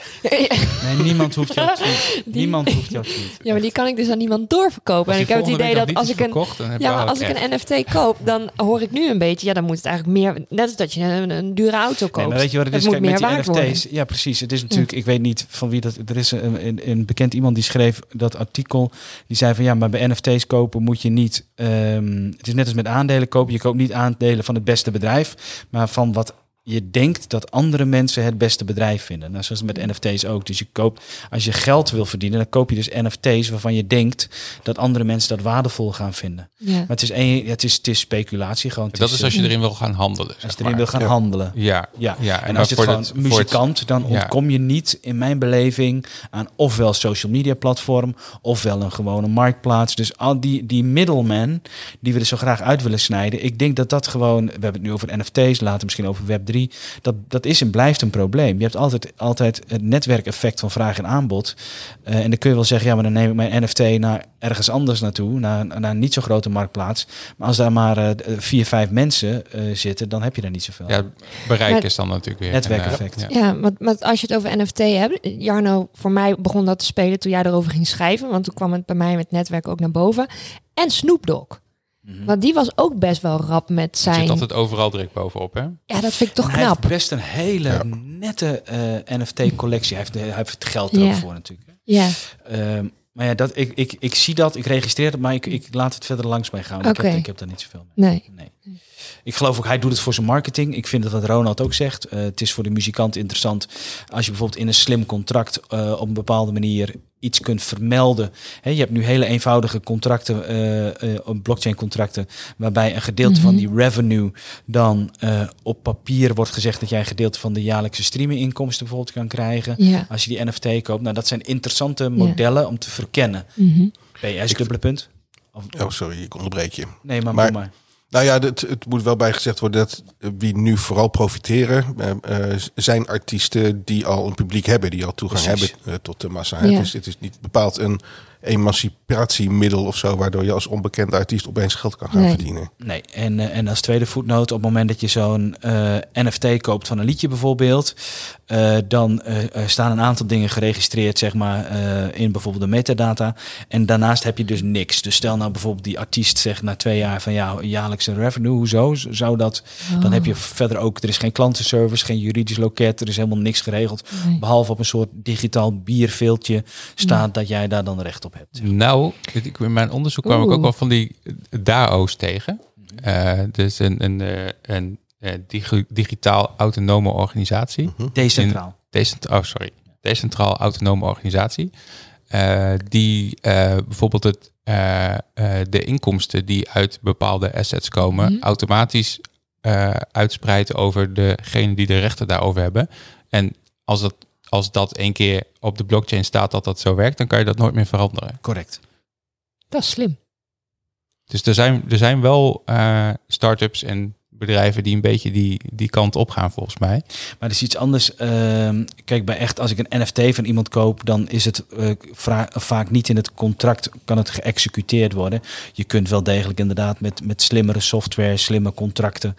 Nee, niemand hoeft jouw tweet. Die- Niemand hoeft jouw tweet. Ja, maar die kan ik dus aan niemand doorverkopen. En ik heb het idee dat als ik een Verkocht, dan heb Ja, je maar al als ik echt. een N F T koop, dan hoor ik nu een beetje, ja, dan moet het eigenlijk meer, net als dat je een, een dure auto koopt. Nee, maar weet je wat het, het is? moet Kijk, meer met die waard N F T's. worden. Ja, precies. Het is natuurlijk, ik weet niet van wie dat. Er is een, een, een bekend iemand die schreef dat artikel. Die zei van ja, maar bij N F T's kopen moet je niet. Um, het is net als met aandelen kopen. Je koopt niet aandelen van het beste bedrijf, maar van wat je denkt dat andere mensen het beste bedrijf vinden. Nou, zoals met N F T's ook. Dus je koopt, als je geld wil verdienen, dan koop je dus N F T's waarvan je denkt dat andere mensen dat waardevol gaan vinden. Ja. Maar het is, een, ja, het is, het is speculatie gewoon. Het Dat is, is als je eh, erin wil gaan handelen. als zeg je erin maar. wil gaan Ja. handelen. Ja, Ja, ja. en, als je het voor gewoon het- voor het- muzikant, dan ja. ontkom je niet, in mijn beleving, aan ofwel social media platform, ofwel een gewone marktplaats. Dus al die, die middleman, die we er zo graag uit willen snijden, ik denk dat dat gewoon, we hebben het nu over N F T's, later misschien over Web drie, dat, dat is en blijft een probleem. Je hebt altijd, altijd het netwerkeffect van vraag en aanbod. Uh, en dan kun je wel zeggen, ja, maar dan neem ik mijn N F T naar ergens anders naartoe, naar, naar een niet zo grote marktplaats. Maar als daar maar uh, vier, vijf mensen uh, zitten, dan heb je daar niet zoveel. Ja, bereik Maar- is dan natuurlijk weer... Netwerkeffect. een, uh, ja. Ja, want, want als je het over N F T hebt, Jarno, voor mij begon dat te spelen toen jij erover ging schrijven, want toen kwam het bij mij met netwerk ook naar boven. En Snoop Dogg. Mm-hmm. Want die was ook best wel rap met Het zijn... zit altijd overal direct bovenop, hè? Ja, dat vind ik toch En hij knap. heeft best een hele Ja. nette uh, N F T-collectie. Hij heeft, hij heeft het geld er Ja. ook voor natuurlijk. Ja, Um, maar ja, dat, ik, ik, ik zie dat, ik registreer het, maar ik, ik laat het verder langs mij gaan. Ik, Oké. heb, ik heb daar niet zoveel mee. nee. Nee. Ik geloof ook, hij doet het voor zijn marketing. Ik vind dat wat Ronald ook zegt. Uh, het is voor de muzikant interessant als je bijvoorbeeld in een slim contract uh, op een bepaalde manier iets kunt vermelden. He, je hebt nu hele eenvoudige contracten, uh, uh, blockchain contracten, waarbij een gedeelte Mhm. van die revenue dan uh, op papier wordt gezegd dat jij een gedeelte van de jaarlijkse streaminginkomsten bijvoorbeeld kan krijgen. Ja. Als je die N F T koopt. Nou, dat zijn interessante modellen om te verkennen. Mhm. P S, dubbele punt. Of, Oh, sorry, ik onderbreek je. nee, maar, maar- maar, maar. Nou ja, het, het moet wel bijgezegd worden dat uh, wie nu vooral profiteren, uh, uh, zijn artiesten die al een publiek hebben, die al toegang Precies. hebben uh, tot de massa. Ja. Het, is, het is niet bepaald een emancipatiemiddel of zo, waardoor je als onbekende artiest opeens geld kan gaan Nee. verdienen. Nee, en, uh, en als tweede voetnoot, op het moment dat je zo'n uh, N F T koopt van een liedje bijvoorbeeld, uh, dan uh, uh, staan een aantal dingen geregistreerd, zeg maar, uh, in bijvoorbeeld de metadata. En daarnaast heb je dus niks. Dus stel nou bijvoorbeeld die artiest zegt na twee jaar van ja, jaarlijkse revenue, hoezo zou dat? Dan heb je verder ook, er is geen klantenservice, geen juridisch loket, er is helemaal niks geregeld. Nee. Behalve op een soort digitaal bierveeltje staat dat jij daar dan recht op hebt. Nou, ik, in mijn onderzoek kwam ik Oeh. ook wel van die D A O's tegen. Uh, dus een, een, uh, een uh, digi- digitaal autonome organisatie. Decentraal. Decent, oh, sorry. Decentraal autonome organisatie. Uh, die uh, bijvoorbeeld het, uh, uh, de inkomsten die uit bepaalde assets komen, Mhm. automatisch uh, uitspreidt over degene die de rechten daarover hebben. En als dat, als dat één keer op de blockchain staat dat dat zo werkt, dan kan je dat nooit meer veranderen. Correct. Dat is slim. Dus er zijn, er zijn wel uh, start-ups en bedrijven die een beetje die, die kant op gaan volgens mij. Maar er is iets anders. Uh, kijk, bij echt, als ik een N F T van iemand koop, dan is het uh, vra- vaak niet in het contract, kan het geëxecuteerd worden. Je kunt wel degelijk inderdaad met, met slimmere software, slimme contracten,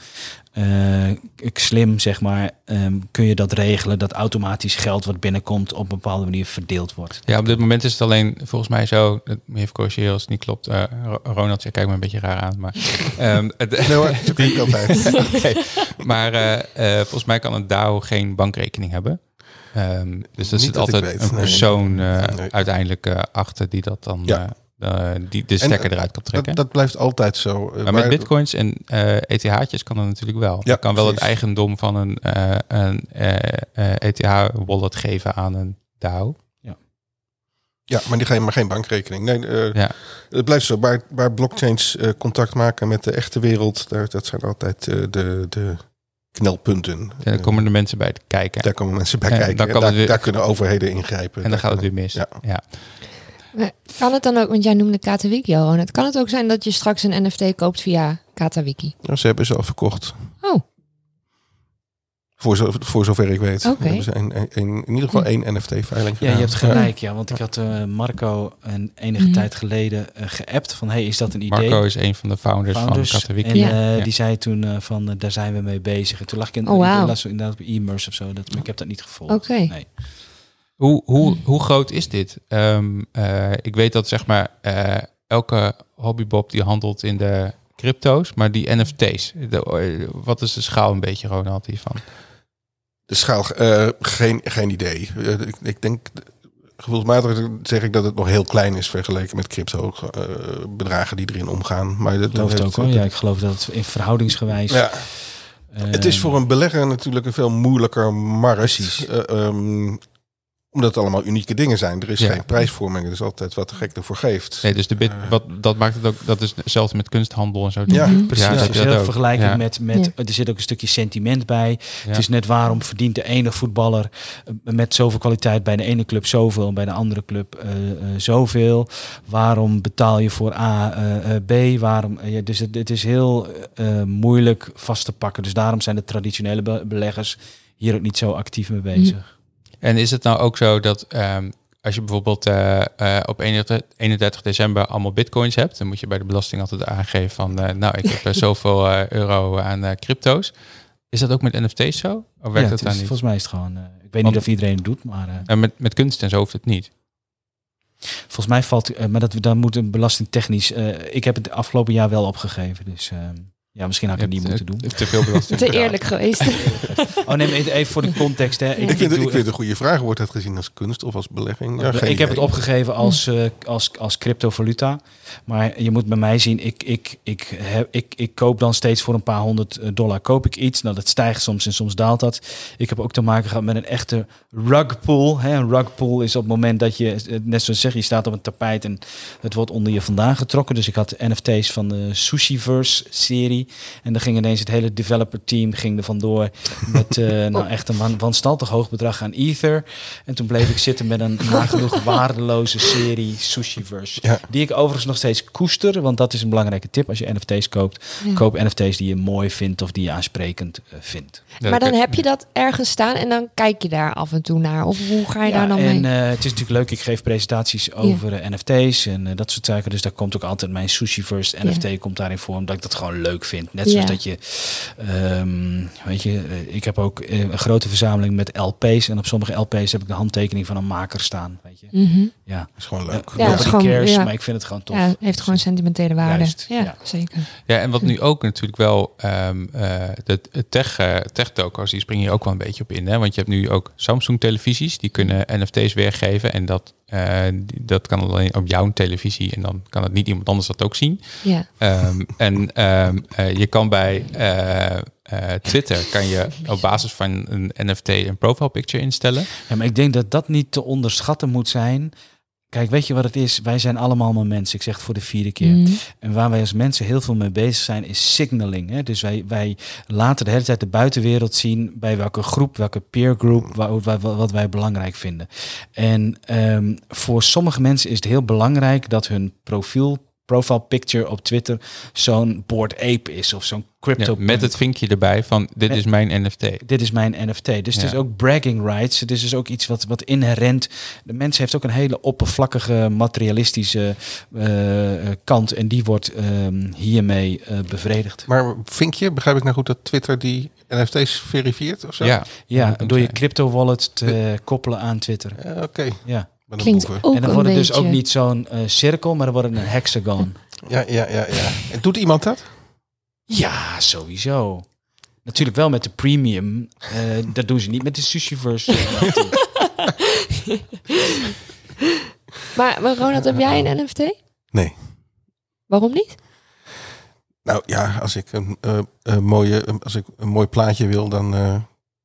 uh, slim zeg maar, um, kun je dat regelen dat automatisch geld wat binnenkomt op een bepaalde manier verdeeld wordt. Ja, op dit moment is het alleen volgens mij zo, dat moet je even corrigeren als het niet klopt. Uh, Ronald, jij kijkt me een beetje raar aan, maar... Um, het, Nee hoor, zo klinkt het altijd. okay. Maar uh, uh, volgens mij kan een D A O geen bankrekening hebben. Um, dus er Niet zit dat ik altijd weet, een nee. persoon uh, Nee. uiteindelijk uh, achter die dat dan Ja. uh, uh, die de stekker en, eruit kan trekken. Dat, dat blijft altijd zo. Maar, maar met bitcoins en uh, E T H'tjes kan dat natuurlijk wel. Ja, je kan wel precies. het eigendom van een, uh, een uh, uh, E T H-wallet geven aan een DAO. Ja, maar die geven maar geen bankrekening. Nee, uh, Ja. Het blijft zo. Waar, waar blockchains uh, contact maken met de echte wereld, daar, dat zijn altijd uh, de, de knelpunten. En dan komen de mensen bij te kijken. Daar komen mensen bij En kijken. dan En kan daar, het weer- daar kunnen overheden ingrijpen. En dan gaat het weer mis. Ja. Ja. Maar kan het dan ook, want jij noemde Katawiki al, Ronald. Kan het ook zijn dat je straks een N F T koopt via Katawiki? Ja, ze hebben ze al verkocht. Oh, Voor, zo, voor zover ik weet. Oké. Hebben ze een, een, een, in ieder geval één N F T-veiling Ja, je hebt gelijk, ja. Want ik had uh, Marco een enige Mhm. tijd geleden uh, geappt van, hey, is dat een idee? Marco is een van de founders, Founders. van Katawiki. En Ja. uh, Ja. die zei toen uh, van, uh, daar zijn we mee bezig. En toen lag ik in, Oh, wauw. ik las inderdaad op e-merse of zo. Dat, maar ik heb dat niet gevolgd. Oké. Nee. Hoe, hoe, hoe groot is dit? Um, uh, ik weet dat zeg maar uh, elke hobbybob die handelt in de crypto's, maar die N F T's. De, uh, wat is de schaal een beetje, Ronald, hiervan? De schaal, uh, geen, geen idee. Uh, ik, ik denk, gevoelsmatig zeg ik dat het nog heel klein is vergeleken met crypto uh, bedragen die erin omgaan. Maar dat, Ik geloof dat het ook hoor. Ja, ik geloof dat het in verhoudingsgewijs... Ja, uh, het is voor een belegger natuurlijk een veel moeilijker markt. Precies. Uh, um, omdat het allemaal unieke dingen zijn. Er is Ja. geen prijsvorming. Er is altijd wat de gek ervoor geeft. Nee, dus de bit, Uh, wat, dat maakt het ook, dat is hetzelfde met kunsthandel en zo. Ja, Mhm. Precies, Ja, het dat is je dat heel ook. vergelijkend Ja. met, met Ja. er zit ook een stukje sentiment bij. Ja. Het is net waarom verdient de ene voetballer uh, met zoveel kwaliteit bij de ene club zoveel en bij de andere club uh, uh, zoveel. Waarom betaal je voor A, uh, uh, B? Waarom? Uh, ja, dus het, het is heel uh, moeilijk vast te pakken. Dus daarom zijn de traditionele be- beleggers hier ook niet zo actief mee bezig. En is het nou ook zo dat um, als je bijvoorbeeld uh, uh, op eenendertig december allemaal bitcoins hebt, dan moet je bij de belasting altijd aangeven van, uh, nou, ik heb uh, zoveel uh, euro aan uh, crypto's. Is dat ook met N F T's zo? Of werkt Ja, dat het daar is, niet? volgens mij is het gewoon... Uh, ik weet Want- niet of iedereen het doet, maar... Uh, En met, met kunst en zo hoeft het niet. volgens mij valt... Uh, maar dat, dan moet een belastingtechnisch... Uh, ik heb het afgelopen jaar wel opgegeven, dus... Uh, ja, misschien had ik het niet Je hebt, moeten doen. uh, Te veel belasting. te eerlijk geweest. Oh nee, maar even voor de context. Hè. Ja. ik, vind, het- doe ik vind echt- het een goede vraag. Wordt dat gezien als kunst of als belegging? Ja, geen ik heb idee. het opgegeven als, uh, als, als cryptovaluta. Maar je moet bij mij zien, ik, ik, ik, heb, ik, ik koop dan steeds voor een paar honderd dollar koop ik iets. Nou, dat stijgt soms en soms daalt dat. Ik heb ook te maken gehad met een echte rugpull. Hè. Een rugpull is op het moment dat je, net zoals zeg, je staat op een tapijt en het wordt onder je vandaan getrokken. Dus ik had N F T's van de Sushiverse-serie. En dan ging ineens het hele developer team ging er vandoor met uh, nou echt een wan- wanstaltig hoog bedrag aan Ether. En toen bleef ik zitten met een nagenoeg waardeloze serie Sushiverse. Ja. Die ik overigens nog steeds koester, want dat is een belangrijke tip. Als je N F T's koopt, Ja. koop N F T's die je mooi vindt of die je aansprekend uh, vindt. Ja, Maar dan dat- heb je dat ergens staan en dan kijk je daar af en toe naar. Of hoe ga je Ja, daar dan en mee? uh, het is natuurlijk leuk, ik geef presentaties over uh, N F T's en uh, dat soort zaken. Dus daar komt ook altijd mijn Sushiverse N F T Ja. komt daarin voor, omdat ik dat gewoon leuk vind. Net zoals Ja. dat je, um, weet je, uh, ik heb ook uh, een grote verzameling met L P's. En op sommige L P's heb ik de handtekening van een maker staan, weet je. Mhm. Ja, Dat is gewoon leuk. Ja, nobody het is gewoon- cares, ja. maar ik vind het gewoon tof. Ja, het heeft gewoon sentimentele waarde. Juist, ja, ja. zeker. Ja, en wat nu ook natuurlijk wel, um, uh, de de tech, uh, tech-toko's, die springen hier ook wel een beetje op in. Hè? Want je hebt nu ook Samsung-televisies, die kunnen N F T's weergeven. En dat, uh, die- dat kan alleen op jouw televisie. En dan kan het niet iemand anders dat ook zien. Ja. Um, en um, uh, je kan bij uh, uh, Twitter, kan je op basis van een N F T een profile picture instellen. Ja, maar ik denk dat dat niet te onderschatten moet zijn. Kijk, weet je wat het is? Wij zijn allemaal maar mensen. Ik zeg het voor de vierde keer. Mhm. En waar wij als mensen heel veel mee bezig zijn, is signaling. Hè? Dus wij, wij laten de hele tijd de buitenwereld zien bij welke groep, welke peer group, wat, wat, wat wij belangrijk vinden. En um, voor sommige mensen is het heel belangrijk dat hun profiel, profile picture op Twitter zo'n Bored Ape is of zo'n crypto. Ja, met het vinkje erbij van dit Met- is mijn N F T. Dit is mijn N F T. Dus het Ja. is ook bragging rights. Het is dus ook iets wat, wat inherent. De mens heeft ook een hele oppervlakkige, materialistische uh, kant. En die wordt um, hiermee uh, bevredigd. Maar vinkje, begrijp ik nou goed dat Twitter die N F T's verifieert of zo? Ja, Ja, dat kan door je zijn. crypto wallet te koppelen aan Twitter. Ja, Oké. Okay. Ja. Klinkt ook En dan een wordt het dus beetje... ook niet zo'n uh, cirkel, maar dan wordt het een hexagon. Ja, ja, ja, ja. En doet iemand dat? Ja, sowieso. Natuurlijk wel met de premium. Uh, dat doen ze niet met de Sushiverse. Maar, maar Ronald, heb jij een N F T? Nee. Waarom niet? Nou ja, als ik een, uh, een mooie, als ik een mooi plaatje wil, dan uh,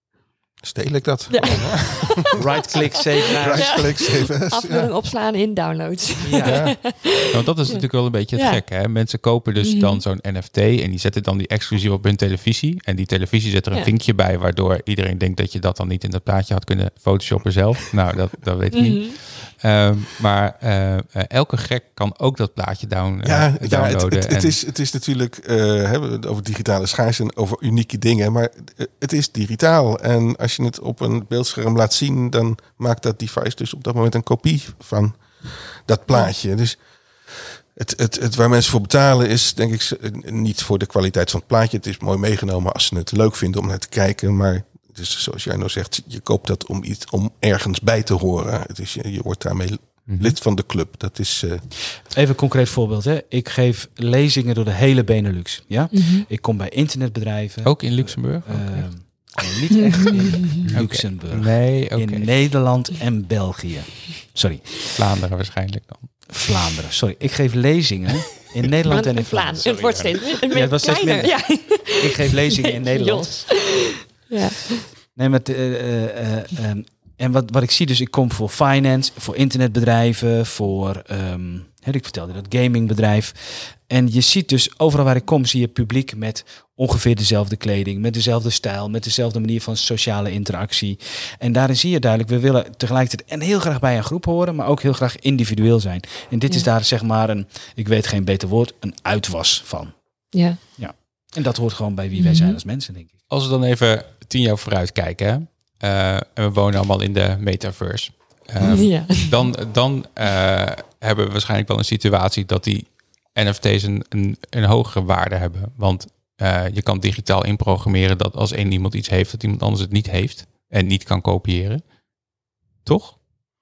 steel ik dat. Ja. Right-click, save as. Right-click, save as. Afbeelding Ja. opslaan in downloads. Ja. Ja. Ja, want dat is natuurlijk wel een beetje het Ja. gekke. Hè? Mensen kopen dus Mhm. dan zo'n N F T en die zetten dan die exclusief op hun televisie. En die televisie zet er een Ja. vinkje bij, waardoor iedereen denkt dat je dat dan niet in dat plaatje had kunnen photoshoppen zelf. Nou, dat, dat weet ik niet. Mhm. Um, maar uh, uh, elke gek kan ook dat plaatje down, uh, Ja, ja het, downloaden. het, het, en, is, het is natuurlijk uh, hebben over digitale schaarste en over unieke dingen, maar het is digitaal. En als je het op een beeldscherm laat zien, dan maakt dat device dus op dat moment een kopie van dat plaatje. Dus het, het, het waar mensen voor betalen is, denk ik, niet voor de kwaliteit van het plaatje. Het is mooi meegenomen als ze het leuk vinden om naar te kijken, maar dus zoals jij nou zegt, je koopt dat om iets om ergens bij te horen. Het is, je, je wordt daarmee mm-hmm. lid van de club. Dat is. Uh... Even een concreet voorbeeld. Hè. Ik geef lezingen door de hele Benelux. Ja? Mm-hmm. Ik kom bij internetbedrijven. Ook in Luxemburg? Uh, okay. nee, niet echt in Luxemburg. Okay. Nee, okay. In Nederland en België. Sorry. Vlaanderen waarschijnlijk dan. Vlaanderen. Sorry. Ik geef lezingen in Nederland en in Vlaanderen. Het wordt steeds ja, het wordt steeds kleiner. Ja. Ik geef lezingen in Nederland. Ja. Nee, maar uh, uh, uh, um, en wat, wat ik zie, dus ik kom voor finance, voor internetbedrijven, voor, um, hè, ik vertelde dat gamingbedrijf. En je ziet dus, overal waar ik kom, zie je publiek met ongeveer dezelfde kleding, met dezelfde stijl, met dezelfde manier van sociale interactie. En daarin zie je duidelijk, we willen tegelijkertijd en heel graag bij een groep horen, maar ook heel graag individueel zijn. En dit ja. is daar zeg maar een, ik weet geen beter woord, een uitwas van. Ja. Ja. En dat hoort gewoon bij wie wij zijn als mensen, denk ik. Als we dan even tien jaar vooruit kijken, hè? Uh, en we wonen allemaal in de metaverse. Um, ja. Dan, dan uh, hebben we waarschijnlijk wel een situatie dat die N F T's een, een, een hogere waarde hebben. Want uh, je kan digitaal inprogrammeren dat als één iemand iets heeft, dat iemand anders het niet heeft en niet kan kopiëren. Toch?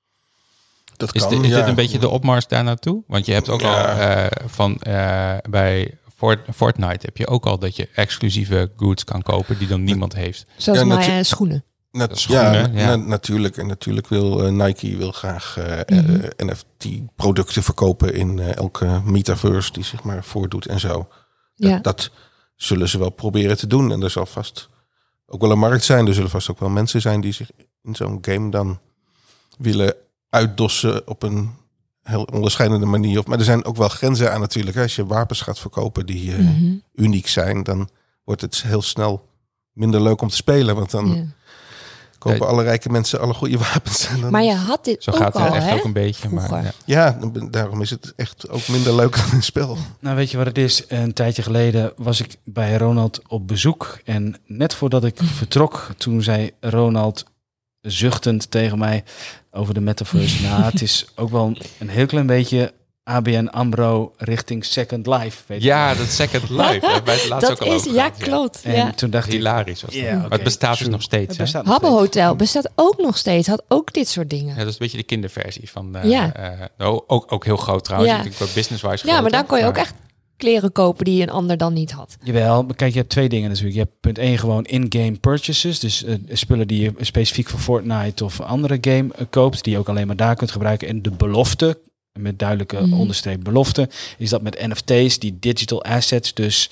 Dat is kan, de, is ja. dit een beetje de opmars daar naartoe? Want je hebt ook ja. al uh, van uh, bij Fortnite heb je ook al dat je exclusieve goods kan kopen die dan niemand heeft. Zoals ja, maar natu- uh, schoenen. Nat- schoenen. Ja, ja. Na- natuurlijk. En natuurlijk wil uh, Nike wil graag uh, mm-hmm. uh, N F T-producten verkopen in uh, elke metaverse die zich maar voordoet en zo. Dat, ja. dat zullen ze wel proberen te doen. En er zal vast ook wel een markt zijn. Er zullen vast ook wel mensen zijn die zich in zo'n game dan willen uitdossen op een heel onderscheidende manier. Maar er zijn ook wel grenzen aan natuurlijk. Als je wapens gaat verkopen die uh, mm-hmm. uniek zijn, dan wordt het heel snel minder leuk om te spelen. Want dan ja. kopen alle rijke mensen alle goede wapens. En dan maar je had dit Zo ook gaat het al, echt hè? ook een beetje. Maar, ja. ja, daarom is het echt ook minder leuk dan een spel. Nou, weet je wat het is? Een tijdje geleden was ik bij Ronald op bezoek. En net voordat ik vertrok, toen zei Ronald zuchtend tegen mij over de metaverse. Nou, het is ook wel een heel klein beetje A B N AMRO richting Second Life. Weet ja, dat Second Life. Hè, bij het laatste dat ook al is, ja, klopt. En ja. toen dacht ik, hilarisch was dat. Yeah, maar okay, het bestaat true. dus nog steeds. Het bestaat hè? nog Habbo steeds. Hotel bestaat ook nog steeds. Had ook dit soort dingen. Ja, dat is een beetje de kinderversie van. Uh, ja. Uh, nou, ook, ook heel groot trouwens. Ja. Ik denk business-wise Ja, maar groter, dan kon je maar... ook echt kleren kopen die een ander dan niet had. Jawel, maar kijk, je hebt twee dingen natuurlijk. Je hebt punt één gewoon in-game purchases. Dus uh, spullen die je specifiek voor Fortnite of andere game uh, koopt. Die je ook alleen maar daar kunt gebruiken. En de belofte, met duidelijke mm. onderstreep belofte, is dat met N F T's, die digital assets, dus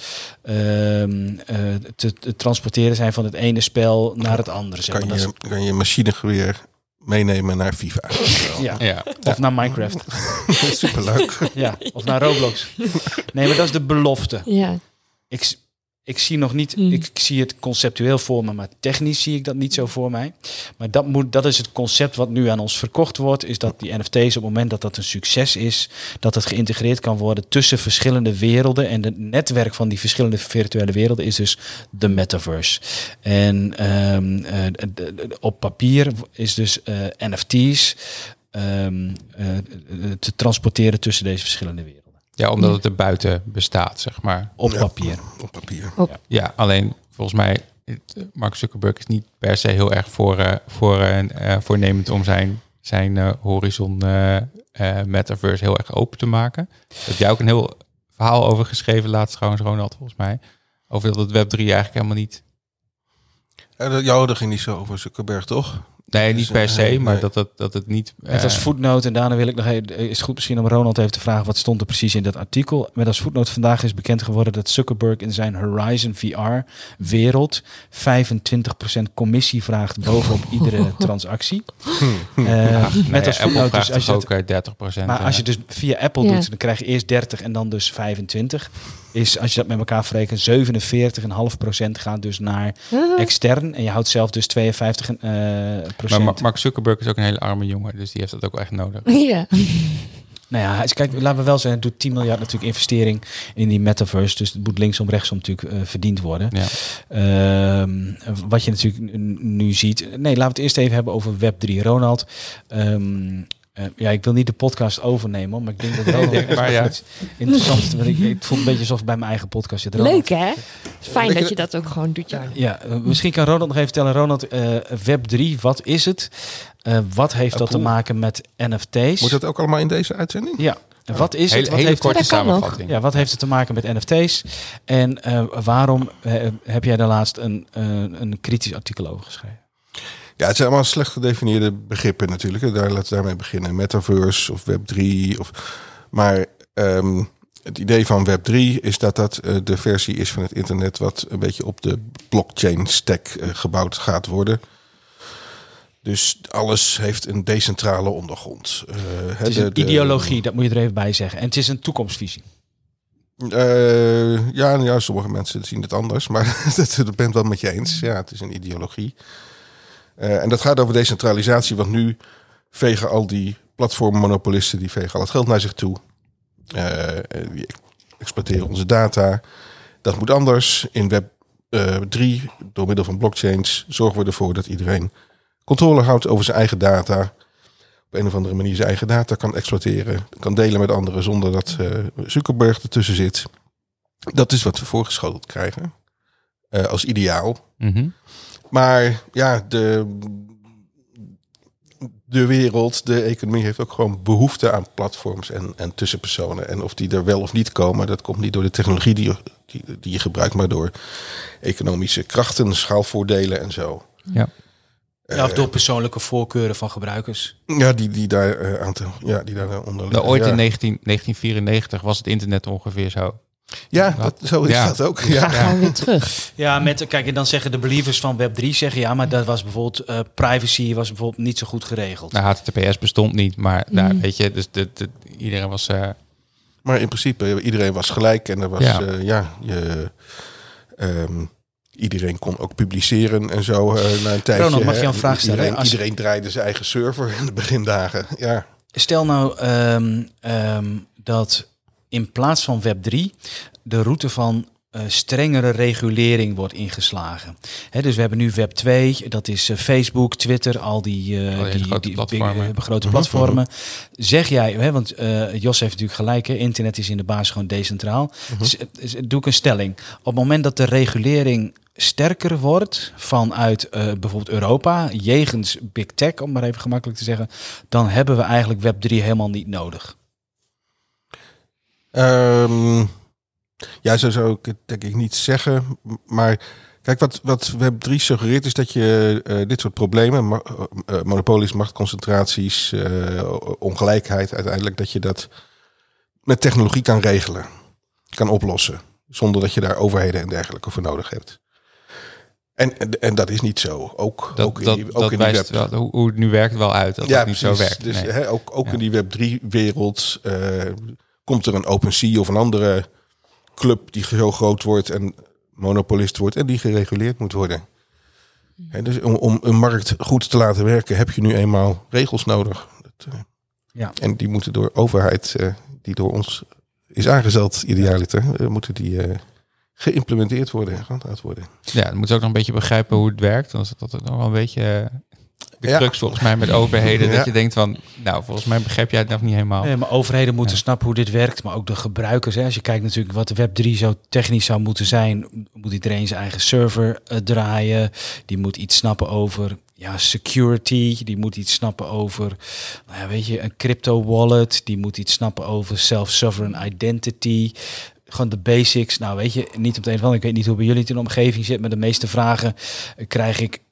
um, uh, te, te transporteren zijn van het ene spel naar het andere. Zeg kan, maar. je, Dat is... kan je machinegeweer meenemen naar FIFA. ja. Ja. Of ja. naar Minecraft. Superleuk. Ja, of naar Roblox. Nee, maar dat is de belofte. Ja. Ik, ik zie nog niet, mm. ik, ik zie het conceptueel voor me, maar technisch zie ik dat niet zo voor mij. Maar dat, moet, dat is het concept wat nu aan ons verkocht wordt, is dat die N F T's op het moment dat dat een succes is, dat het geïntegreerd kan worden tussen verschillende werelden. En het netwerk van die verschillende virtuele werelden is dus de metaverse. En um, uh, de, de, op papier is dus uh, N F T's um, uh, te transporteren tussen deze verschillende werelden. Ja, omdat het er buiten bestaat, zeg maar. Op ja, papier. Op papier. Op. Ja, alleen volgens mij, Mark Zuckerberg is niet per se heel erg voor, uh, voor, uh, uh, voornemend om zijn, zijn uh, horizon uh, uh, metaverse heel erg open te maken. Daar heb jij ook een heel verhaal over geschreven laatst trouwens, Ronald, volgens mij. Over dat het Web drie eigenlijk helemaal niet... Ja, dat, ja, dat ging niet zo over Zuckerberg, toch? Nee, Dus, niet per se, uh, maar nee. dat, het, dat het niet... Uh, Met als voetnoot, en daarna wil ik nog even, is het goed misschien om Ronald even te vragen, wat stond er precies in dat artikel? Met als voetnoot vandaag is bekend geworden dat Zuckerberg in zijn Horizon V R-wereld vijfentwintig procent commissie vraagt bovenop iedere transactie. Uh, Ach, met nee, als Apple voetnoot, vraagt dus als je toch het, ook uh, dertig procent. maar uh, als je dus via Apple Ja. doet, dan krijg je eerst dertig en dan dus vijfentwintig. Is, als je dat met elkaar verrekent, zevenenveertig komma vijf procent gaat dus naar Uh-huh. extern. En je houdt zelf dus tweeënvijftig uh, procent. maar Ma- Mark Zuckerberg is ook een hele arme jongen, dus die heeft dat ook echt nodig. Ja. Nou ja, hij- kijk, laten we wel zeggen, het doet tien miljard natuurlijk investering in die metaverse. Dus het moet linksom, rechtsom natuurlijk uh, verdiend worden. Ja. Ehm, wat je natuurlijk n- nu ziet. Nee, laten we het eerst even hebben over Web drie. Ronald, um, uh, ja, ik wil niet de podcast overnemen, maar ik denk dat het wel Nee, nog maar ja. iets interessants. Want ik, het voelt een beetje alsof ik bij mijn eigen podcast zit. Ronald. Leuk hè? Fijn dat je dat ook gewoon doet, Jarno. Ja, uh, misschien kan Ronald nog even vertellen. Ronald, uh, Web drie, wat is het? Uh, wat heeft Oh, dat te cool. maken met N F T's? Moet dat ook allemaal in deze uitzending? Ja, en wat is het? Hele, Wat hele heeft korte Dat kan nog. samenvatting. Ja, wat heeft het te maken met N F T's? En uh, waarom uh, heb jij daar laatst een, uh, een kritisch artikel over geschreven? Ja, het zijn allemaal slecht gedefinieerde begrippen natuurlijk. hè. Daar, laten we daarmee beginnen. Metaverse of Web drie. Of, maar um, het idee van Web drie is dat dat uh, de versie is van het internet wat een beetje op de blockchain stack uh, gebouwd gaat worden. Dus alles heeft een decentrale ondergrond. Uh, Het is een ideologie, dat moet je er even bij zeggen. En het is een toekomstvisie. Uh, ja, ja, sommige mensen zien het anders, maar dat, dat ben ik wel met je eens. Ja, het is een ideologie. Uh, en dat gaat over decentralisatie, want nu vegen al die platformmonopolisten, die vegen al het geld naar zich toe. Uh, die exploiteren onze data. Dat moet anders. In Web drie, door middel van blockchains, zorgen we ervoor dat iedereen controle houdt over zijn eigen data. Op een of andere manier zijn eigen data kan exploiteren. Kan delen met anderen zonder dat uh, Zuckerberg ertussen zit. Dat is wat we voorgeschoteld krijgen. Uh, als ideaal. Mm-hmm. Maar ja, de, de wereld, de economie heeft ook gewoon behoefte aan platforms en, en tussenpersonen. En of die er wel of niet komen, dat komt niet door de technologie die je, die, die je gebruikt, maar door economische krachten, schaalvoordelen en zo. Ja. Ja, of door persoonlijke voorkeuren van gebruikers. Ja, die, die daar uh, aan te, ja, die daar onder liggen. Nou, ooit ja. in negentien, negentien vierennegentig was het internet ongeveer zo. Ja, dat, zo is Ja. dat ook. Ga Ja. gewoon weer terug. Ja, met, kijk, en dan zeggen de believers van Web drie, zeggen ja, maar dat was bijvoorbeeld, uh, privacy was bijvoorbeeld niet zo goed geregeld. Nou, H T T P S bestond niet, maar Mm. nou, weet je, dus de, de, iedereen was... Uh, Maar in principe, iedereen was gelijk. En er was, Ja. ja, uh, ja je, um, iedereen kon ook publiceren en zo uh, na een tijdje. Ronald, mag je hè. een vraag stellen? Iedereen, Als- iedereen draaide zijn eigen server in de begindagen. Ja. Stel nou um, um, dat in plaats van Web drie de route van uh, strengere regulering wordt ingeslagen. Hè, dus we hebben nu Web twee, dat is uh, Facebook, Twitter, al die, uh, Al die die, grote die platformen. big, uh, grote Mm-hmm. platformen. Zeg jij, hè, want uh, Jos heeft natuurlijk gelijk, hè, internet is in de basis gewoon decentraal. Mm-hmm. Dus, dus doe ik een stelling. Op het moment dat de regulering sterker wordt vanuit uh, bijvoorbeeld Europa, jegens Big Tech, om maar even gemakkelijk te zeggen, dan hebben we eigenlijk Web drie helemaal niet nodig. Um, ja, zo zou ik het denk ik niet zeggen. Maar kijk, wat, wat Web drie suggereert is dat je uh, dit soort problemen, ma- uh, monopolies, machtconcentraties, uh, ongelijkheid uiteindelijk, dat je dat met technologie kan regelen, kan oplossen. Zonder dat je daar overheden en dergelijke voor nodig hebt. En, en, en dat is niet zo. Ook, dat ook in dat, die, ook dat in die wijst web. wel, hoe, hoe het nu werkt wel uit, dat Ja, het niet precies. zo werkt. Dus Nee. hè, ook, ook Ja. in die Web drie wereld uh, komt er een OpenSea of een andere club die zo groot wordt en monopolist wordt en die gereguleerd moet worden. Hè, dus om, om een markt goed te laten werken heb je nu eenmaal regels nodig. Dat, uh, Ja. En die moeten door overheid, uh, die door ons is aangezet, idealiter, uh, moeten die uh, geïmplementeerd worden en gehandhaafd worden. Ja, dan moeten ze ook nog een beetje begrijpen hoe het werkt. Dan is dat nog wel een beetje uh, de Ja. crux volgens mij met overheden. Ja. Dat je denkt van, nou, volgens mij begrijp jij het nog niet helemaal. Nee, maar overheden moeten Ja. snappen hoe dit werkt, maar ook de gebruikers. Hè. Als je kijkt natuurlijk wat de Web drie zo technisch zou moeten zijn, moet iedereen zijn eigen server uh, draaien. Die moet iets snappen over ja, security. Die moet iets snappen over, nou ja, weet je, een crypto wallet. Die moet iets snappen over self-sovereign identity. Gewoon de basics. Nou, weet je, niet op de een of andere. Ik weet niet hoe bij jullie het in de omgeving zit, maar de meeste vragen uh, krijg ik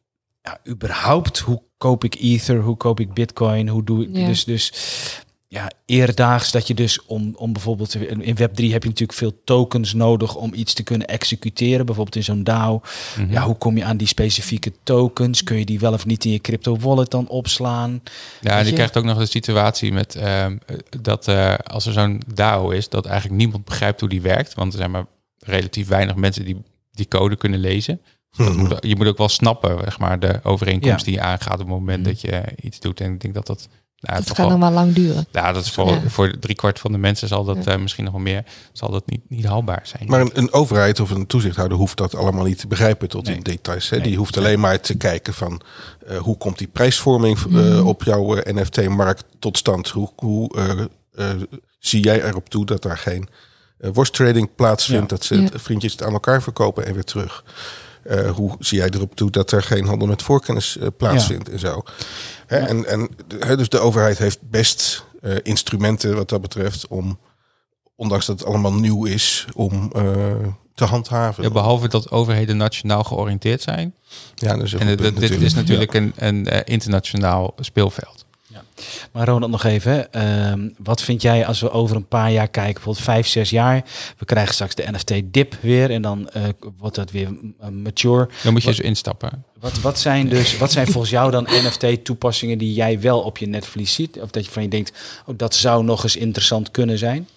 ja, überhaupt, hoe koop ik Ether, hoe koop ik Bitcoin, hoe doe ik Ja. dus dus ja, eerdaags dat je dus om, om bijvoorbeeld in Web drie heb je natuurlijk veel tokens nodig om iets te kunnen executeren, bijvoorbeeld in zo'n DAO. Mm-hmm. Ja, hoe kom je aan die specifieke tokens? Kun je die wel of niet in je crypto wallet dan opslaan? Ja, en Weet je je? krijgt ook nog de situatie met um, dat uh, als er zo'n DAO is, dat eigenlijk niemand begrijpt hoe die werkt. Want er zijn maar relatief weinig mensen die die code kunnen lezen. Dus dat moet, je moet ook wel snappen, zeg maar, de overeenkomst Ja. die je aangaat op het moment Mm. dat je iets doet. En ik denk dat dat... Nou, Dat toch gaat wel, nog wel lang duren. ja, dat is voor, Ja. voor driekwart van de mensen zal dat Ja. uh, misschien nog wel meer, zal dat niet, niet haalbaar zijn. Maar een, een overheid of een toezichthouder hoeft dat allemaal niet te begrijpen tot Nee. in details. Hè? Nee. Die hoeft alleen maar te kijken van uh, hoe komt die prijsvorming uh, Mhm. op jouw uh, N F T-markt tot stand. Hoe, hoe uh, uh, zie jij erop toe dat daar geen uh, worsttrading plaatsvindt, Ja. dat ze Ja. het vriendjes het aan elkaar verkopen en weer terug. Uh, hoe zie jij erop toe dat er geen handel met voorkennis uh, plaatsvindt en zo. Hè, Ja. en, en he, dus de overheid heeft best uh, instrumenten wat dat betreft om, ondanks dat het allemaal nieuw is, om uh, te handhaven. Ja, behalve dat overheden nationaal georiënteerd zijn. Ja, dat is een En goed het- punt dit natuurlijk. is natuurlijk een, een uh, internationaal speelveld. Maar Ronald, nog even. Ehm, wat vind jij als we over een paar jaar kijken, bijvoorbeeld vijf, zes jaar. We krijgen straks de N F T-dip weer en dan uh, wordt dat weer uh, mature. Dan moet je Wat- dus instappen. Wat, wat zijn dus, wat zijn volgens jou dan N F T-toepassingen die jij wel op je netvlies ziet? Of dat je van je denkt, oh, dat zou nog eens interessant kunnen zijn?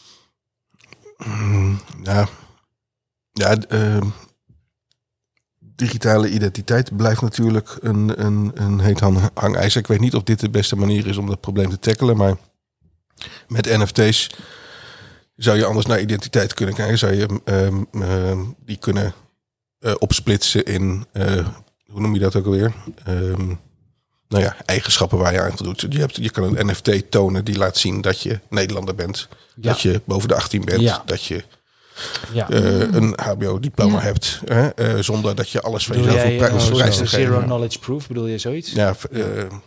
Mm, ja, ja uh, digitale identiteit blijft natuurlijk een, een, een heet hang- hangijzer. Ik weet niet of dit de beste manier is om dat probleem te tackelen, maar met N F T's zou je anders naar identiteit kunnen kijken. Zou je um, um, die kunnen uh, opsplitsen in, uh, hoe noem je dat ook alweer? Um, nou ja, eigenschappen waar je aan voldoet. Je, hebt, je kan een N F T tonen die laat zien dat je Nederlander bent. Ja. Dat je boven de achttien bent. Ja. Dat je Ja. uh, een H B O-diploma Ja. hebt. Hè? Uh, zonder dat je alles van Bedoel jezelf jij, op prijs, uh, op prijs zo- te zero geven. knowledge proof, bedoel je zoiets? Ja, uh,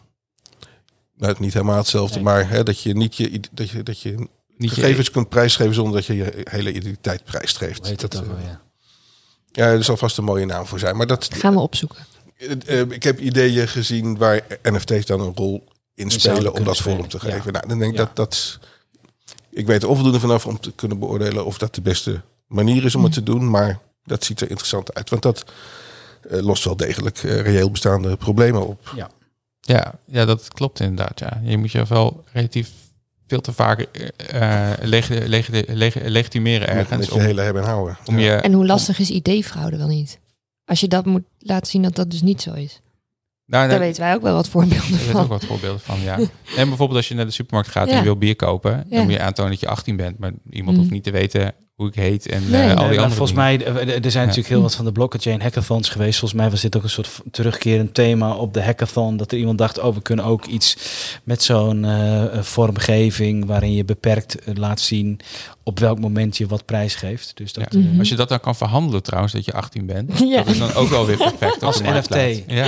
nou, niet helemaal hetzelfde, Nee. maar hè, dat je niet je, dat je, dat je Niet gegevens kunt prijsgeven zonder dat je je hele identiteit prijsgeeft. Hoe heet dat ook uh, wel, ja. ja, er zal vast een mooie naam voor zijn. Maar dat, Gaan we opzoeken. uh, uh, ik heb ideeën gezien waar N F T's dan een rol in Die spelen zouden om dat kunnen vorm te spelen, geven. ja. Nou, dan denk ik Ja. dat dat. Ik weet er onvoldoende vanaf om te kunnen beoordelen of dat de beste manier is om het te doen, maar dat ziet er interessant uit, want dat uh, lost wel degelijk uh, reëel bestaande problemen op. Ja. Ja, ja, dat klopt inderdaad. Ja. Je moet je wel relatief veel te vaak uh, leg, leg, leg, legitimeren Met, ergens met je om, hele hebben en houden. om je... En hoe lastig is I D-fraude wel niet? Als je dat moet laten zien dat dat dus niet zo is. Nou, Daar nou, weten wij ook wel wat voorbeelden er zijn ook van. wat voorbeelden van, ja. En bijvoorbeeld als je naar de supermarkt gaat en Ja. je wil bier kopen, Ja. dan moet je aantonen dat je achttien bent. Maar iemand Mm. hoeft niet te weten hoe ik heet en Nee. uh, al die Nee, andere maar volgens dingen. mij, eh, er zijn natuurlijk heel wat van de blockchain hackathons geweest. Volgens mij was dit ook een soort terugkerend thema op de hackathon. Dat er iemand dacht, oh, we kunnen ook iets met zo'n uh, vormgeving waarin je beperkt uh, laat zien op welk moment je wat prijs geeft. Dus dat, Ja. uh, Mhm. Als je dat dan kan verhandelen trouwens, dat je achttien bent, Ja. dat is dan ook wel weer perfect. op Als de markt N F T. laat. Ja,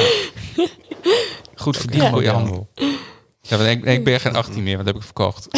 goed ja. verdiend. Goede Ja. handel. Ja, want ik, ik ben geen achttien meer, want dat heb ik verkocht.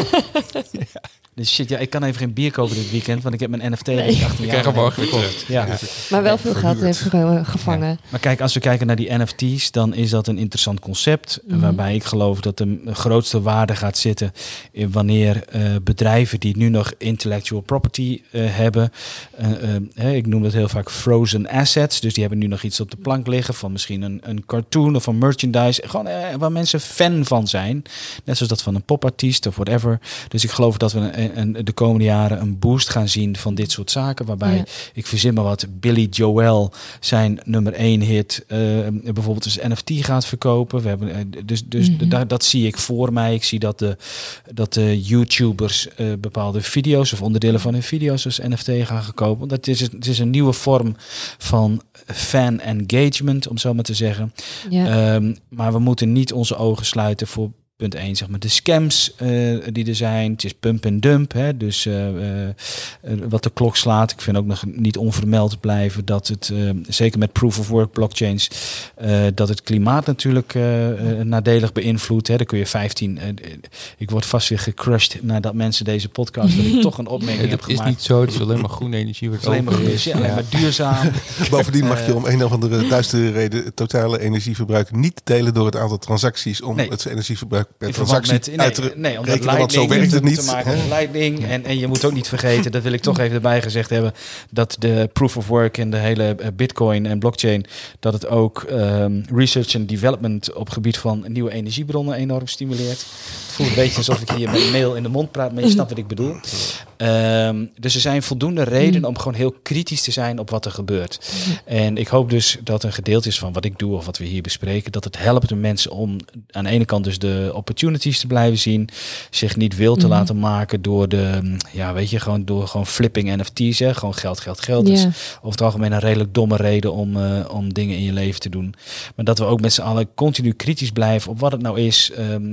Dus shit, ja, ik kan even geen bier kopen dit weekend, want ik heb mijn N F T Nee. achttien jaar Ik krijg hem morgen weer geleden terug. Ja. Ja. Maar wel veel geld heeft ge- gevangen. Maar kijk, als we kijken naar die N F T's, dan is dat een interessant concept. Mhm. Waarbij ik geloof dat de grootste waarde gaat zitten in wanneer uh, bedrijven die nu nog intellectual property uh, hebben. Uh, uh, ik noem dat heel vaak frozen assets. Dus die hebben nu nog iets op de plank liggen van misschien een, een cartoon of een merchandise. Gewoon uh, waar mensen fan van zijn. Net zoals dat van een popartiest of whatever. Dus ik geloof dat we een, een, de komende jaren een boost gaan zien van dit soort zaken. Waarbij, Ja. ik verzin maar wat, Billy Joel zijn nummer één hit uh, bijvoorbeeld als N F T gaat verkopen. We hebben, uh, dus dus Mhm. da- dat zie ik voor mij. Ik zie dat de, dat de YouTubers uh, bepaalde video's of onderdelen van hun video's als N F T gaan kopen. Want dat is, het is een nieuwe vorm van fan engagement, om zo maar te zeggen. Ja. Um, maar we moeten niet onze ogen sluiten voor Punt één, zeg maar, de scams uh, die er zijn. Het is pump en dump, hè, dus uh, uh, wat de klok slaat. Ik vind ook nog niet onvermeld blijven dat het, uh, zeker met proof-of-work blockchains, uh, dat het klimaat natuurlijk uh, uh, nadelig beïnvloedt. Hè. Dan kun je vijftien... Uh, ik word vast weer gecrushed nadat mensen deze podcast, dat ik toch een opmerking ja, heb gemaakt. gemaakt. Het is niet zo, het is alleen maar groene energie. Wordt alleen maar, is, ja, alleen ja. maar duurzaam. Bovendien mag je om een of andere duistere reden het totale energieverbruik niet delen door het aantal transacties om Nee. het energieverbruik per In transactie verband met, uit te nee, nee, omdat rekenen, want zo Lightning werkt het niet. te maken met hè? Lightning. En, en je moet ook niet vergeten, dat wil ik toch even erbij gezegd hebben, dat de proof of work en de hele uh, Bitcoin en blockchain, dat het ook um, research en development op gebied van nieuwe energiebronnen enorm stimuleert. Het voelt een beetje alsof ik hier met een mail in de mond praat, maar je snapt wat ik bedoel. Um, dus er zijn voldoende redenen om gewoon heel kritisch te zijn op wat er gebeurt. En ik hoop dus dat een gedeelte is van wat ik doe of wat we hier bespreken, dat het helpt de mensen om aan de ene kant dus de opportunities te blijven zien, zich niet wild te mm. laten maken door de, ja, weet je, gewoon door gewoon flipping N F T's, hè, gewoon geld, geld, geld. Ja. Dus over het algemeen een redelijk domme reden om, uh, om dingen in je leven te doen. Maar dat we ook met z'n allen continu kritisch blijven op wat het nou is, um,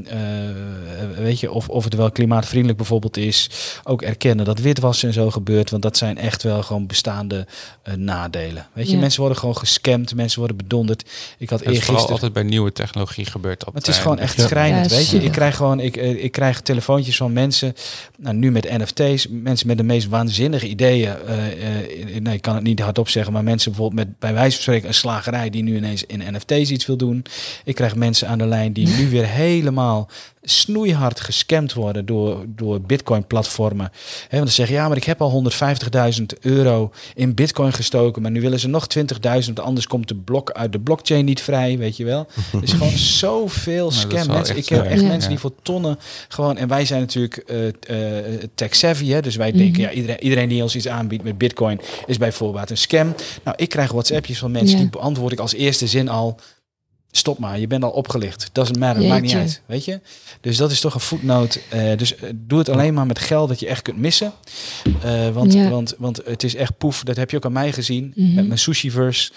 uh, weet je, of, of het wel klimaatvriendelijk bijvoorbeeld is, ook erkennen dat witwassen en zo gebeurt, want dat zijn echt wel gewoon bestaande uh, nadelen. Weet je, ja. mensen worden gewoon gescamd, mensen worden bedonderd. Ik had Het is eergisteren vooral altijd bij nieuwe technologie gebeurt dat. Maar het is gewoon echt schrijnend, ja, weet je. Ik krijg gewoon, ik, ik krijg telefoontjes van mensen, nou nu met N F T's, mensen met de meest waanzinnige ideeën. Uh, uh, nee, ik kan het niet hardop zeggen, maar mensen bijvoorbeeld met, bij wijze van spreken, een slagerij die nu ineens in N F T's iets wil doen. Ik krijg mensen aan de lijn die nu weer helemaal snoeihard gescamd worden door, door Bitcoin-platformen. He, want dan zeggen ja, maar ik heb al honderdvijftigduizend euro in Bitcoin gestoken, maar nu willen ze nog twintigduizend, anders komt de blok uit de blockchain niet vrij, weet je wel. Er is gewoon zoveel scam. Nou, mensen, ik heb echt ja. mensen die voor tonnen gewoon, en wij zijn natuurlijk uh, uh, tech-savvy, hè, dus wij mm-hmm. denken, ja, iedereen, iedereen die ons iets aanbiedt met Bitcoin is bij voorbaat een scam. Nou, ik krijg WhatsAppjes van mensen, ja. die beantwoord ik als eerste zin al, stop maar, je bent al opgelicht. Doesn't matter, Jeetje. Maakt niet uit, weet je. Dus dat is toch een footnote. Uh, dus uh, doe het alleen maar met geld dat je echt kunt missen. Uh, want, ja. want, want het is echt poef. Dat heb je ook aan mij gezien. Mm-hmm. Met mijn Sushiverse.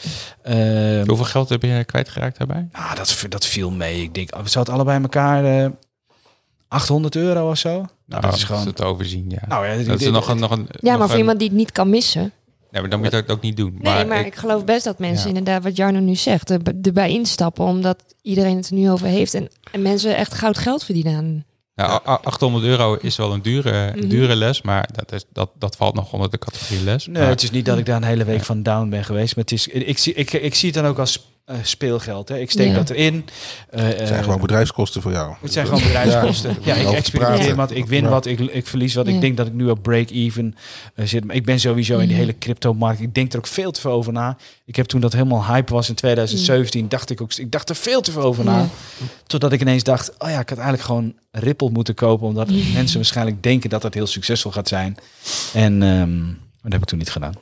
Uh, Hoeveel geld heb je kwijtgeraakt daarbij? Ah, dat, dat viel mee. Ik denk, we zaten allebei bij elkaar uh, achthonderd euro of zo. Nou, nou, dat is gewoon het overzien, ja. Nou, ja, dat dit, is nog een, nog een, ja, nog maar voor een... iemand die het niet kan missen. Ja, maar dan moet je dat ook niet doen. Nee, maar, maar ik, ik geloof best dat mensen ja. inderdaad, wat Jarno nu zegt, er, erbij instappen, omdat iedereen het er nu over heeft en, en mensen echt goud geld verdienen aan. Nou, achthonderd euro is wel een dure, mm-hmm. dure les, maar dat, is, dat, dat valt nog onder de categorie les. Nee, maar, het is niet dat ik daar een hele week ja. van down ben geweest, maar het is, ik, zie, ik, ik zie het dan ook als uh, speelgeld. Hè. Ik steek ja. dat erin. Uh, het zijn uh, gewoon bedrijfskosten voor jou. Het zijn gewoon bedrijfskosten. Ja, ja ik experimenteer wat, ik win ja. wat, ik, ik verlies wat. Ja. Ik denk dat ik nu op break-even uh, zit. Maar ik ben sowieso mm. in die hele crypto-markt. Ik denk er ook veel te veel over na. Ik heb toen dat helemaal hype was in twintig zeventien, mm. dacht ik ook, ik dacht er veel te veel over na. Ja. Totdat ik ineens dacht, oh ja, ik had eigenlijk gewoon Ripple moeten kopen, omdat mm. mensen waarschijnlijk denken dat dat heel succesvol gaat zijn. En um, dat heb ik toen niet gedaan.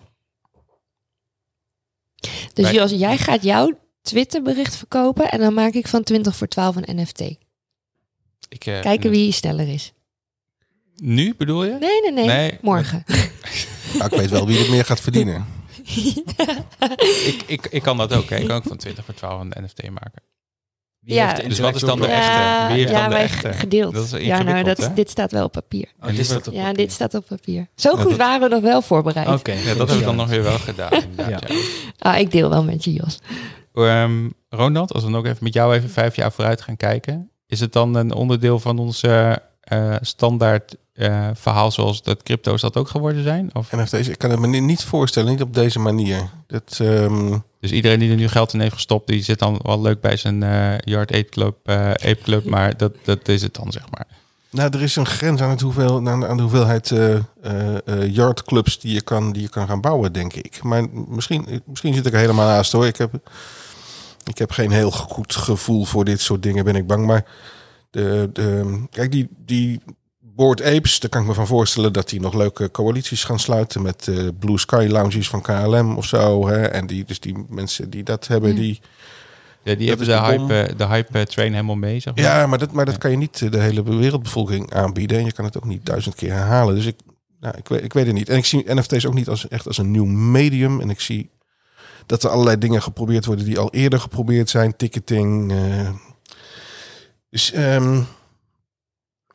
Dus Wij... Jos, jij gaat jouw Twitterbericht verkopen en dan maak ik van twintig voor twaalf een N F T. Ik, uh, Kijken wie sneller is. Nu bedoel je? Nee, nee, nee. nee morgen. Nou, ik weet wel wie er meer gaat verdienen. ik, ik, ik kan dat ook. Hè. Ik kan ook van twintig voor twaalf een N F T maken. Wie ja, dus wat is dan de ja, echte? Wie heeft ja, dan de wij echte? gedeeld. Dat is ja, nou, dat, dit staat wel op papier. Oh, dit staat op ja, papier. dit staat op papier. Zo goed ja, dat... waren we nog wel voorbereid. Oké, okay, ja, dat heb ik dan nog weer wel gedaan. Ja. Ja. Ah, ik deel wel met je, Jos. Um, Ronald, als we nog even met jou even vijf jaar vooruit gaan kijken, is het dan een onderdeel van ons uh, uh, standaard uh, verhaal zoals dat crypto's dat ook geworden zijn? Of? N F T's, ik kan het me niet voorstellen, niet op deze manier. Dat, um... Dus iedereen die er nu geld in heeft gestopt, die zit dan wel leuk bij zijn uh, Yard Ape Club, uh, Ape Club, maar dat, dat is het dan, zeg maar. Nou, er is een grens aan, het hoeveel, aan de hoeveelheid uh, uh, uh, yardclubs die je, kan, die je kan gaan bouwen, denk ik. Maar misschien, misschien zit ik er helemaal naast, hoor. Ik heb, ik heb geen heel goed gevoel voor dit soort dingen, ben ik bang. Maar de, de, kijk, die, die Bored Apes, daar kan ik me van voorstellen dat die nog leuke coalities gaan sluiten met uh, Blue Sky Lounges van K L M of zo. Hè? En die, dus die mensen die dat hebben, ja. die... Ja, die hebben de, de hype, de hype train helemaal mee, zeg maar. Ja, maar dat, maar dat kan je niet de hele wereldbevolking aanbieden. En je kan het ook niet duizend keer herhalen. Dus ik, nou, ik, weet, ik weet het niet. En ik zie N F T's ook niet als echt als een nieuw medium. En ik zie dat er allerlei dingen geprobeerd worden die al eerder geprobeerd zijn. Ticketing. Uh, dus um,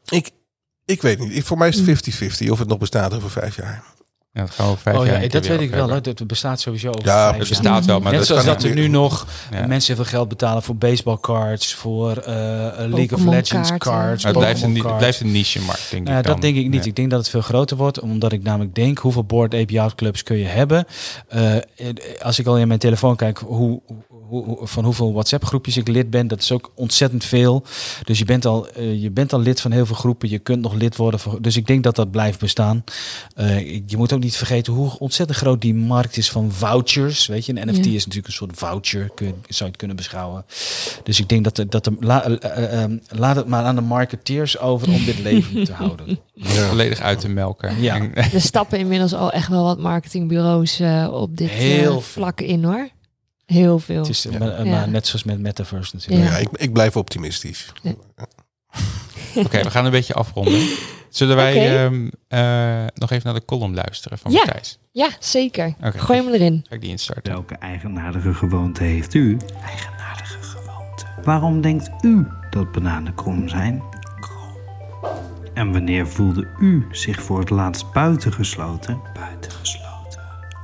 Ik, ik weet niet. Ik, voor mij is het vijftig vijftig of het nog bestaat over vijf jaar. Ja, dat gaan we vijf Oh jaar ja, een dat keer weet weer ik wel. over Hè. Het bestaat sowieso over Ja, vijf Het jaar. bestaat wel, maar Net dat zoals kan dat er niet nu nog Ja. mensen heel veel geld betalen voor baseballcards, voor uh, League of Pokémon Legends kaarten. cards. Maar het blijft, een, Pokémon het cards. blijft een niche-markt, denk Ja, ik dat dan. denk ik niet. Ja. Ik denk dat het veel groter wordt, omdat ik namelijk denk, hoeveel Bored Ape Yacht Clubs kun je hebben? Uh, als ik al in mijn telefoon kijk, hoe, hoe, hoe, van hoeveel WhatsApp groepjes ik lid ben, dat is ook ontzettend veel. Dus je bent al, uh, je bent al lid van heel veel groepen, je kunt nog lid worden. Voor, dus ik denk dat dat blijft bestaan. Uh, je moet ook niet vergeten hoe ontzettend groot die markt is van vouchers. Weet je, een N F T Ja. is natuurlijk een soort voucher, kun je, zou je het kunnen beschouwen. Dus ik denk dat de, dat de, la, uh, uh, uh, laat het maar aan de marketeers over om dit leven te houden. Ja. Volledig uit te melken. Ja. En- Er stappen inmiddels al echt wel wat marketingbureaus uh, op dit Heel uh, vlak in, hoor. Heel veel. Het is uh, Ja. maar, uh, Ja. maar net zoals met Metaverse natuurlijk. Ja. Ja, ik, ik blijf optimistisch. Oké, okay, we gaan een beetje afronden. Zullen wij Oké. um, uh, nog even naar de column luisteren van Ja. Matthijs? Ja, zeker. Oké. Gooi hem erin. Ga ik die instarten? Welke eigenaardige gewoonte heeft u? Eigenaardige gewoonte. Waarom denkt u dat bananen krom zijn? Krom. En wanneer voelde u zich voor het laatst buitengesloten? Buitengesloten.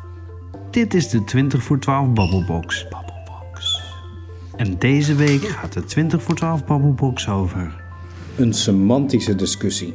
Dit is de twintig voor twaalf Babbelbox. Babbelbox. En deze week gaat de twintig voor twaalf Babbelbox over een semantische discussie.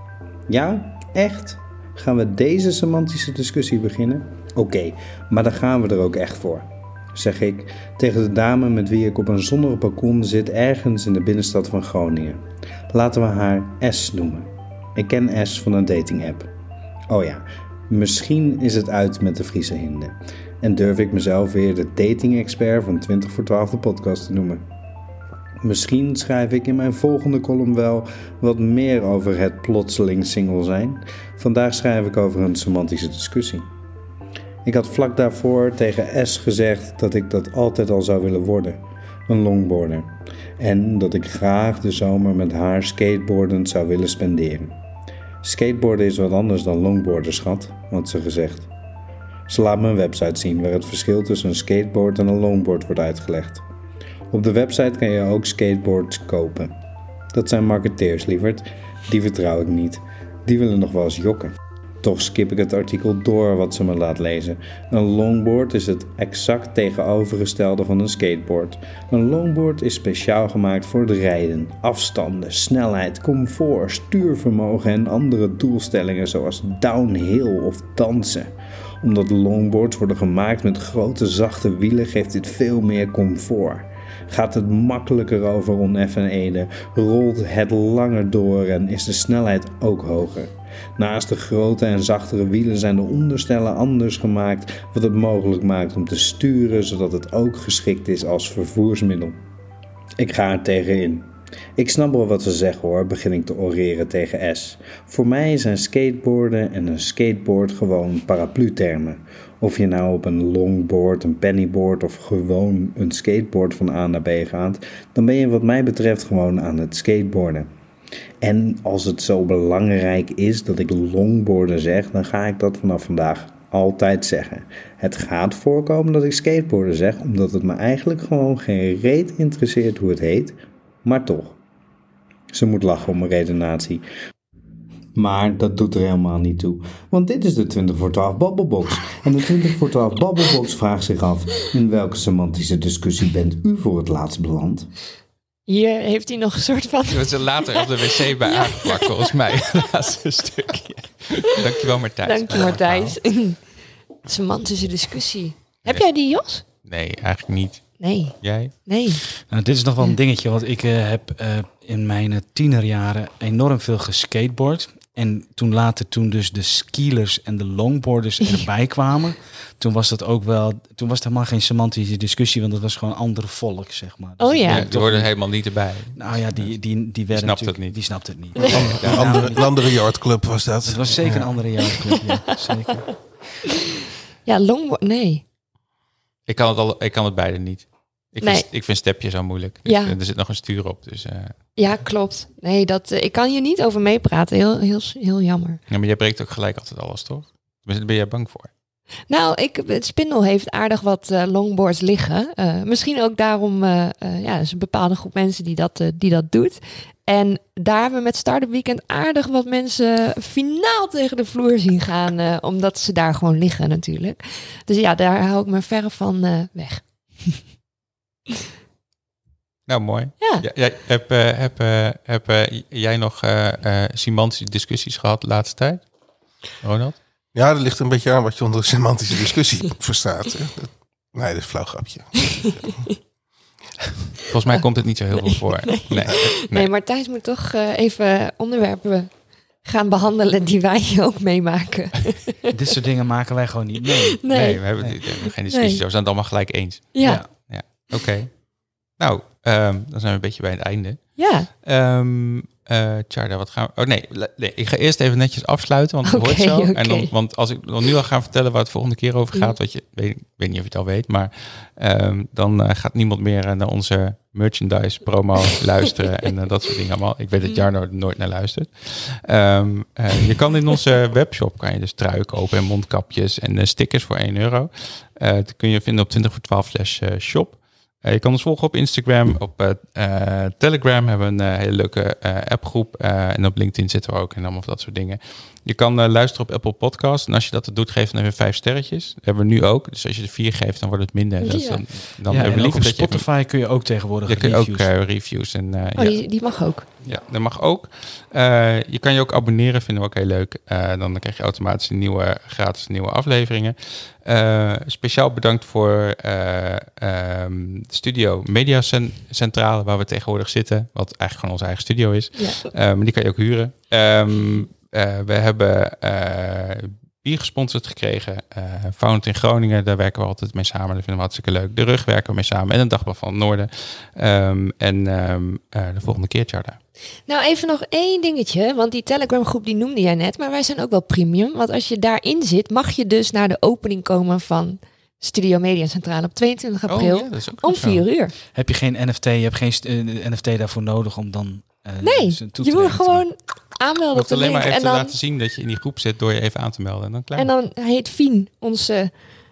Ja, echt? Gaan we deze semantische discussie beginnen? Oké, okay, maar dan gaan we er ook echt voor. Zeg ik tegen de dame met wie ik op een zonnig balkon zit ergens in de binnenstad van Groningen. Laten we haar S noemen. Ik ken S van een datingapp. Oh ja, misschien is het uit met de Friese hinde. En durf ik mezelf weer de dating-expert van twintig voor twaalf de podcast te noemen. Misschien schrijf ik in mijn volgende column wel wat meer over het plotseling single zijn. Vandaag schrijf ik over een semantische discussie. Ik had vlak daarvoor tegen S gezegd dat ik dat altijd al zou willen worden. Een longboarder. En dat ik graag de zomer met haar skateboardend zou willen spenderen. Skateboarden is wat anders dan longboarden, schat, had ze gezegd. Ze laat me een website zien waar het verschil tussen een skateboard en een longboard wordt uitgelegd. Op de website kan je ook skateboards kopen. Dat zijn marketeers, lieverd. Die vertrouw ik niet. Die willen nog wel eens jokken. Toch skip ik het artikel door wat ze me laat lezen. Een longboard is het exact tegenovergestelde van een skateboard. Een longboard is speciaal gemaakt voor het rijden, afstanden, snelheid, comfort, stuurvermogen en andere doelstellingen zoals downhill of dansen. Omdat longboards worden gemaakt met grote zachte wielen geeft dit veel meer comfort. Gaat het makkelijker over oneffenheden, rolt het langer door en is de snelheid ook hoger. Naast de grote en zachtere wielen zijn de onderstellen anders gemaakt, wat het mogelijk maakt om te sturen zodat het ook geschikt is als vervoersmiddel. Ik ga er tegenin. Ik snap wel wat ze zeggen hoor, begin ik te oreren tegen S. Voor mij zijn skateboarden en een skateboard gewoon paraplu-termen. Of je nou op een longboard, een pennyboard of gewoon een skateboard van A naar B gaat, dan ben je wat mij betreft gewoon aan het skateboarden. En als het zo belangrijk is dat ik longboarden zeg, dan ga ik dat vanaf vandaag altijd zeggen. Het gaat voorkomen dat ik skateboarden zeg, omdat het me eigenlijk gewoon geen reet interesseert hoe het heet, maar toch. Ze moet lachen om mijn redenatie. Maar dat doet er helemaal niet toe. Want dit is de twintig voor twaalf Babbelbox. En de twintig voor twaalf Babbelbox vraagt zich af: in welke semantische discussie bent u voor het laatst beland? Hier heeft hij nog een soort van... Dat is er later op de wc bij aangeplakt, volgens mij. Het laatste stukje. Dankjewel, Martijn. Dank je, Martijs. Semantische discussie. Heb jij die, Jos? Nee, eigenlijk niet. Nee, Jij? nee. Nou, dit is nog wel een dingetje, want ik uh, heb uh, in mijn uh, tienerjaren enorm veel geskateboard. En toen later, toen dus de skilers en de longboarders erbij kwamen, toen was dat ook wel, toen was het helemaal geen semantische discussie, want dat was gewoon ander volk, zeg maar. Dus Oh ja. Ja, die worden helemaal niet erbij. Nou ja, die, die, die werden snapt het natuurlijk- niet. Die snapt het niet. Ja, Nou, Andere, niet. een andere yardclub was dat. Het was zeker een andere jaarclub, ja, zeker. Ja, longboard, nee. Ik kan het, al, ik kan het beide niet. Ik, Nee. vind, ik vind stepje zo moeilijk. Ja. Er zit nog een stuur op. Dus, uh, Ja, klopt. Nee, dat, eh, ik kan hier niet over meepraten. Heel, heel, heel jammer. ja, maar jij breekt ook gelijk altijd alles, toch? Tenminste, daar ben jij bang voor. Nou, ik, het Spindel heeft aardig wat uh, longboards liggen. Uh, misschien ook daarom, uh, uh, ja, er is een bepaalde groep mensen die dat, uh, die dat doet. En daar hebben we met Startup Weekend aardig wat mensen finaal tegen de vloer zien gaan. Uh, omdat ze daar gewoon liggen natuurlijk. Dus ja, daar hou ik me verre van uh, weg. Nou, mooi. Ja. Ja, jij, heb uh, heb, uh, heb uh, jij nog uh, uh, semantische discussies gehad de laatste tijd? Ronald? Ja, dat ligt een beetje aan wat je onder semantische discussie verstaat. Hè. Dat, nee, dat is een flauw grapje. Volgens mij komt het niet zo heel veel voor. Nee, nee, nee. nee. nee maar Thijs moet toch uh, even onderwerpen gaan behandelen die wij ook meemaken. Dit soort dingen maken wij gewoon niet mee. Nee, nee we hebben nee. geen discussie. Nee. We zijn het allemaal gelijk eens. Ja. ja. ja. Oké. Okay. Nou, um, dan zijn we een beetje bij het einde. Ja. Um, uh, Tjarda, wat gaan we... Oh nee, nee, ik ga eerst even netjes afsluiten, want het okay, hoort zo. Okay. En dan, want als ik dan nu al ga vertellen waar het volgende keer over gaat, wat je, weet, ik weet niet of je het al weet, maar um, dan uh, gaat niemand meer uh, naar onze merchandise promo luisteren en uh, dat soort dingen allemaal. Ik weet dat Jarno er nooit naar luistert. Um, uh, je kan in onze webshop kan je dus trui kopen en mondkapjes en uh, stickers voor één euro. Uh, dat kun je vinden op twintig voor twaalf slash shop. Uh, je kan ons volgen op Instagram, op uh, uh, Telegram hebben we een uh, hele leuke uh, appgroep. Uh, en op LinkedIn zitten we ook en allemaal dat soort dingen. Je kan uh, luisteren op Apple Podcasts. En als je dat doet, geef dan even vijf sterretjes. Dat hebben we nu ook. Dus als je er vier geeft, dan wordt het minder. Ja. Dus dan dan ja, hebben we liever op dat Spotify je even, kun je ook tegenwoordig je reviews. kun je ook uh, reviews. En, uh, oh, ja. die, die mag ook. Ja, dat mag ook. Uh, je kan je ook abonneren, vinden we ook heel leuk. Uh, dan krijg je automatisch nieuwe, gratis nieuwe afleveringen. Uh, speciaal bedankt voor uh, um, de studio Media Centrale, waar we tegenwoordig zitten. Wat eigenlijk gewoon onze eigen studio is. Ja. Uh, maar die kan je ook huren. Um, uh, we hebben uh, bier gesponsord gekregen. Uh, Found in Groningen, daar werken we altijd mee samen. Dat vinden we hartstikke leuk. De Rug werken we mee samen. En een Dagblad van het Noorden. Um, en um, uh, de volgende keer, Tjarda. Nou, even nog één dingetje. Want die Telegram groep die noemde jij net. Maar wij zijn ook wel premium. Want als je daarin zit, mag je dus naar de opening komen van Studio Media Centrale op tweeëntwintig april. Oh, ja, dat is ook om vier uur. Heb je geen N F T, je hebt geen uh, N F T daarvoor nodig om dan... Uh, nee, dus toe je te moet nemen. gewoon aanmelden Je op de alleen link. maar even En dan, laten zien dat je in die groep zit door je even aan te melden. En dan, klaar. en dan heet Fien onze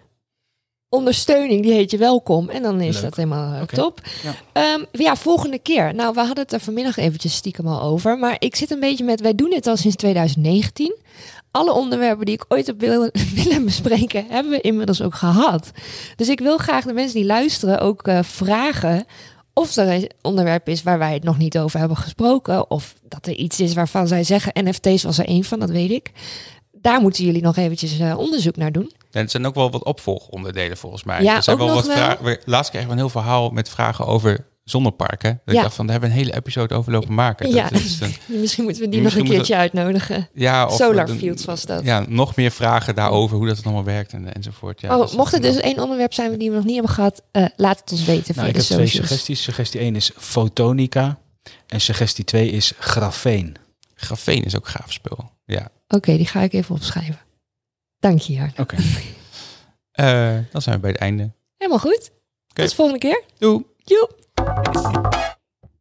ondersteuning, die heet je welkom. En dan is Leuk. dat helemaal uh, Okay. top. Ja. Um, ja, volgende keer. Nou, we hadden het er vanmiddag eventjes stiekem al over. Maar ik zit een beetje met, wij doen dit al sinds twintig negentien. Alle onderwerpen die ik ooit heb willen, willen bespreken, hebben we inmiddels ook gehad. Dus ik wil graag de mensen die luisteren ook uh, vragen of er een onderwerp is waar wij het nog niet over hebben gesproken. Of dat er iets is waarvan zij zeggen, N F T's was er één van, dat weet ik. Daar moeten jullie nog eventjes uh, onderzoek naar doen. En er zijn ook wel wat opvolgonderdelen volgens mij. Ja, er zijn ook wel nog wat wel. vragen. Laatst kregen we een heel verhaal met vragen over zonneparken. Dat Ja. ik dacht van, daar hebben we een hele episode over lopen maken. Ja. Dat is een, Misschien moeten we die Misschien nog een moet keertje uitnodigen. ja, of Solar een- Fields was dat. Ja, nog meer vragen daarover, hoe dat allemaal werkt en, enzovoort. Ja, oh, dus mocht er dat- dus één onderwerp zijn die we nog niet hebben gehad, uh, laat het ons weten Nou, via ik de heb twee socials. suggesties. Suggestie één is fotonica. En suggestie twee is grafeen. Grafeen is ook gaaf spul. Ja. Oké, okay, die ga ik even opschrijven. Dank je, Jar. Oké. Okay. Uh, dan zijn we bij het einde. Helemaal goed. Oké. Tot de volgende keer. Doei! Joep.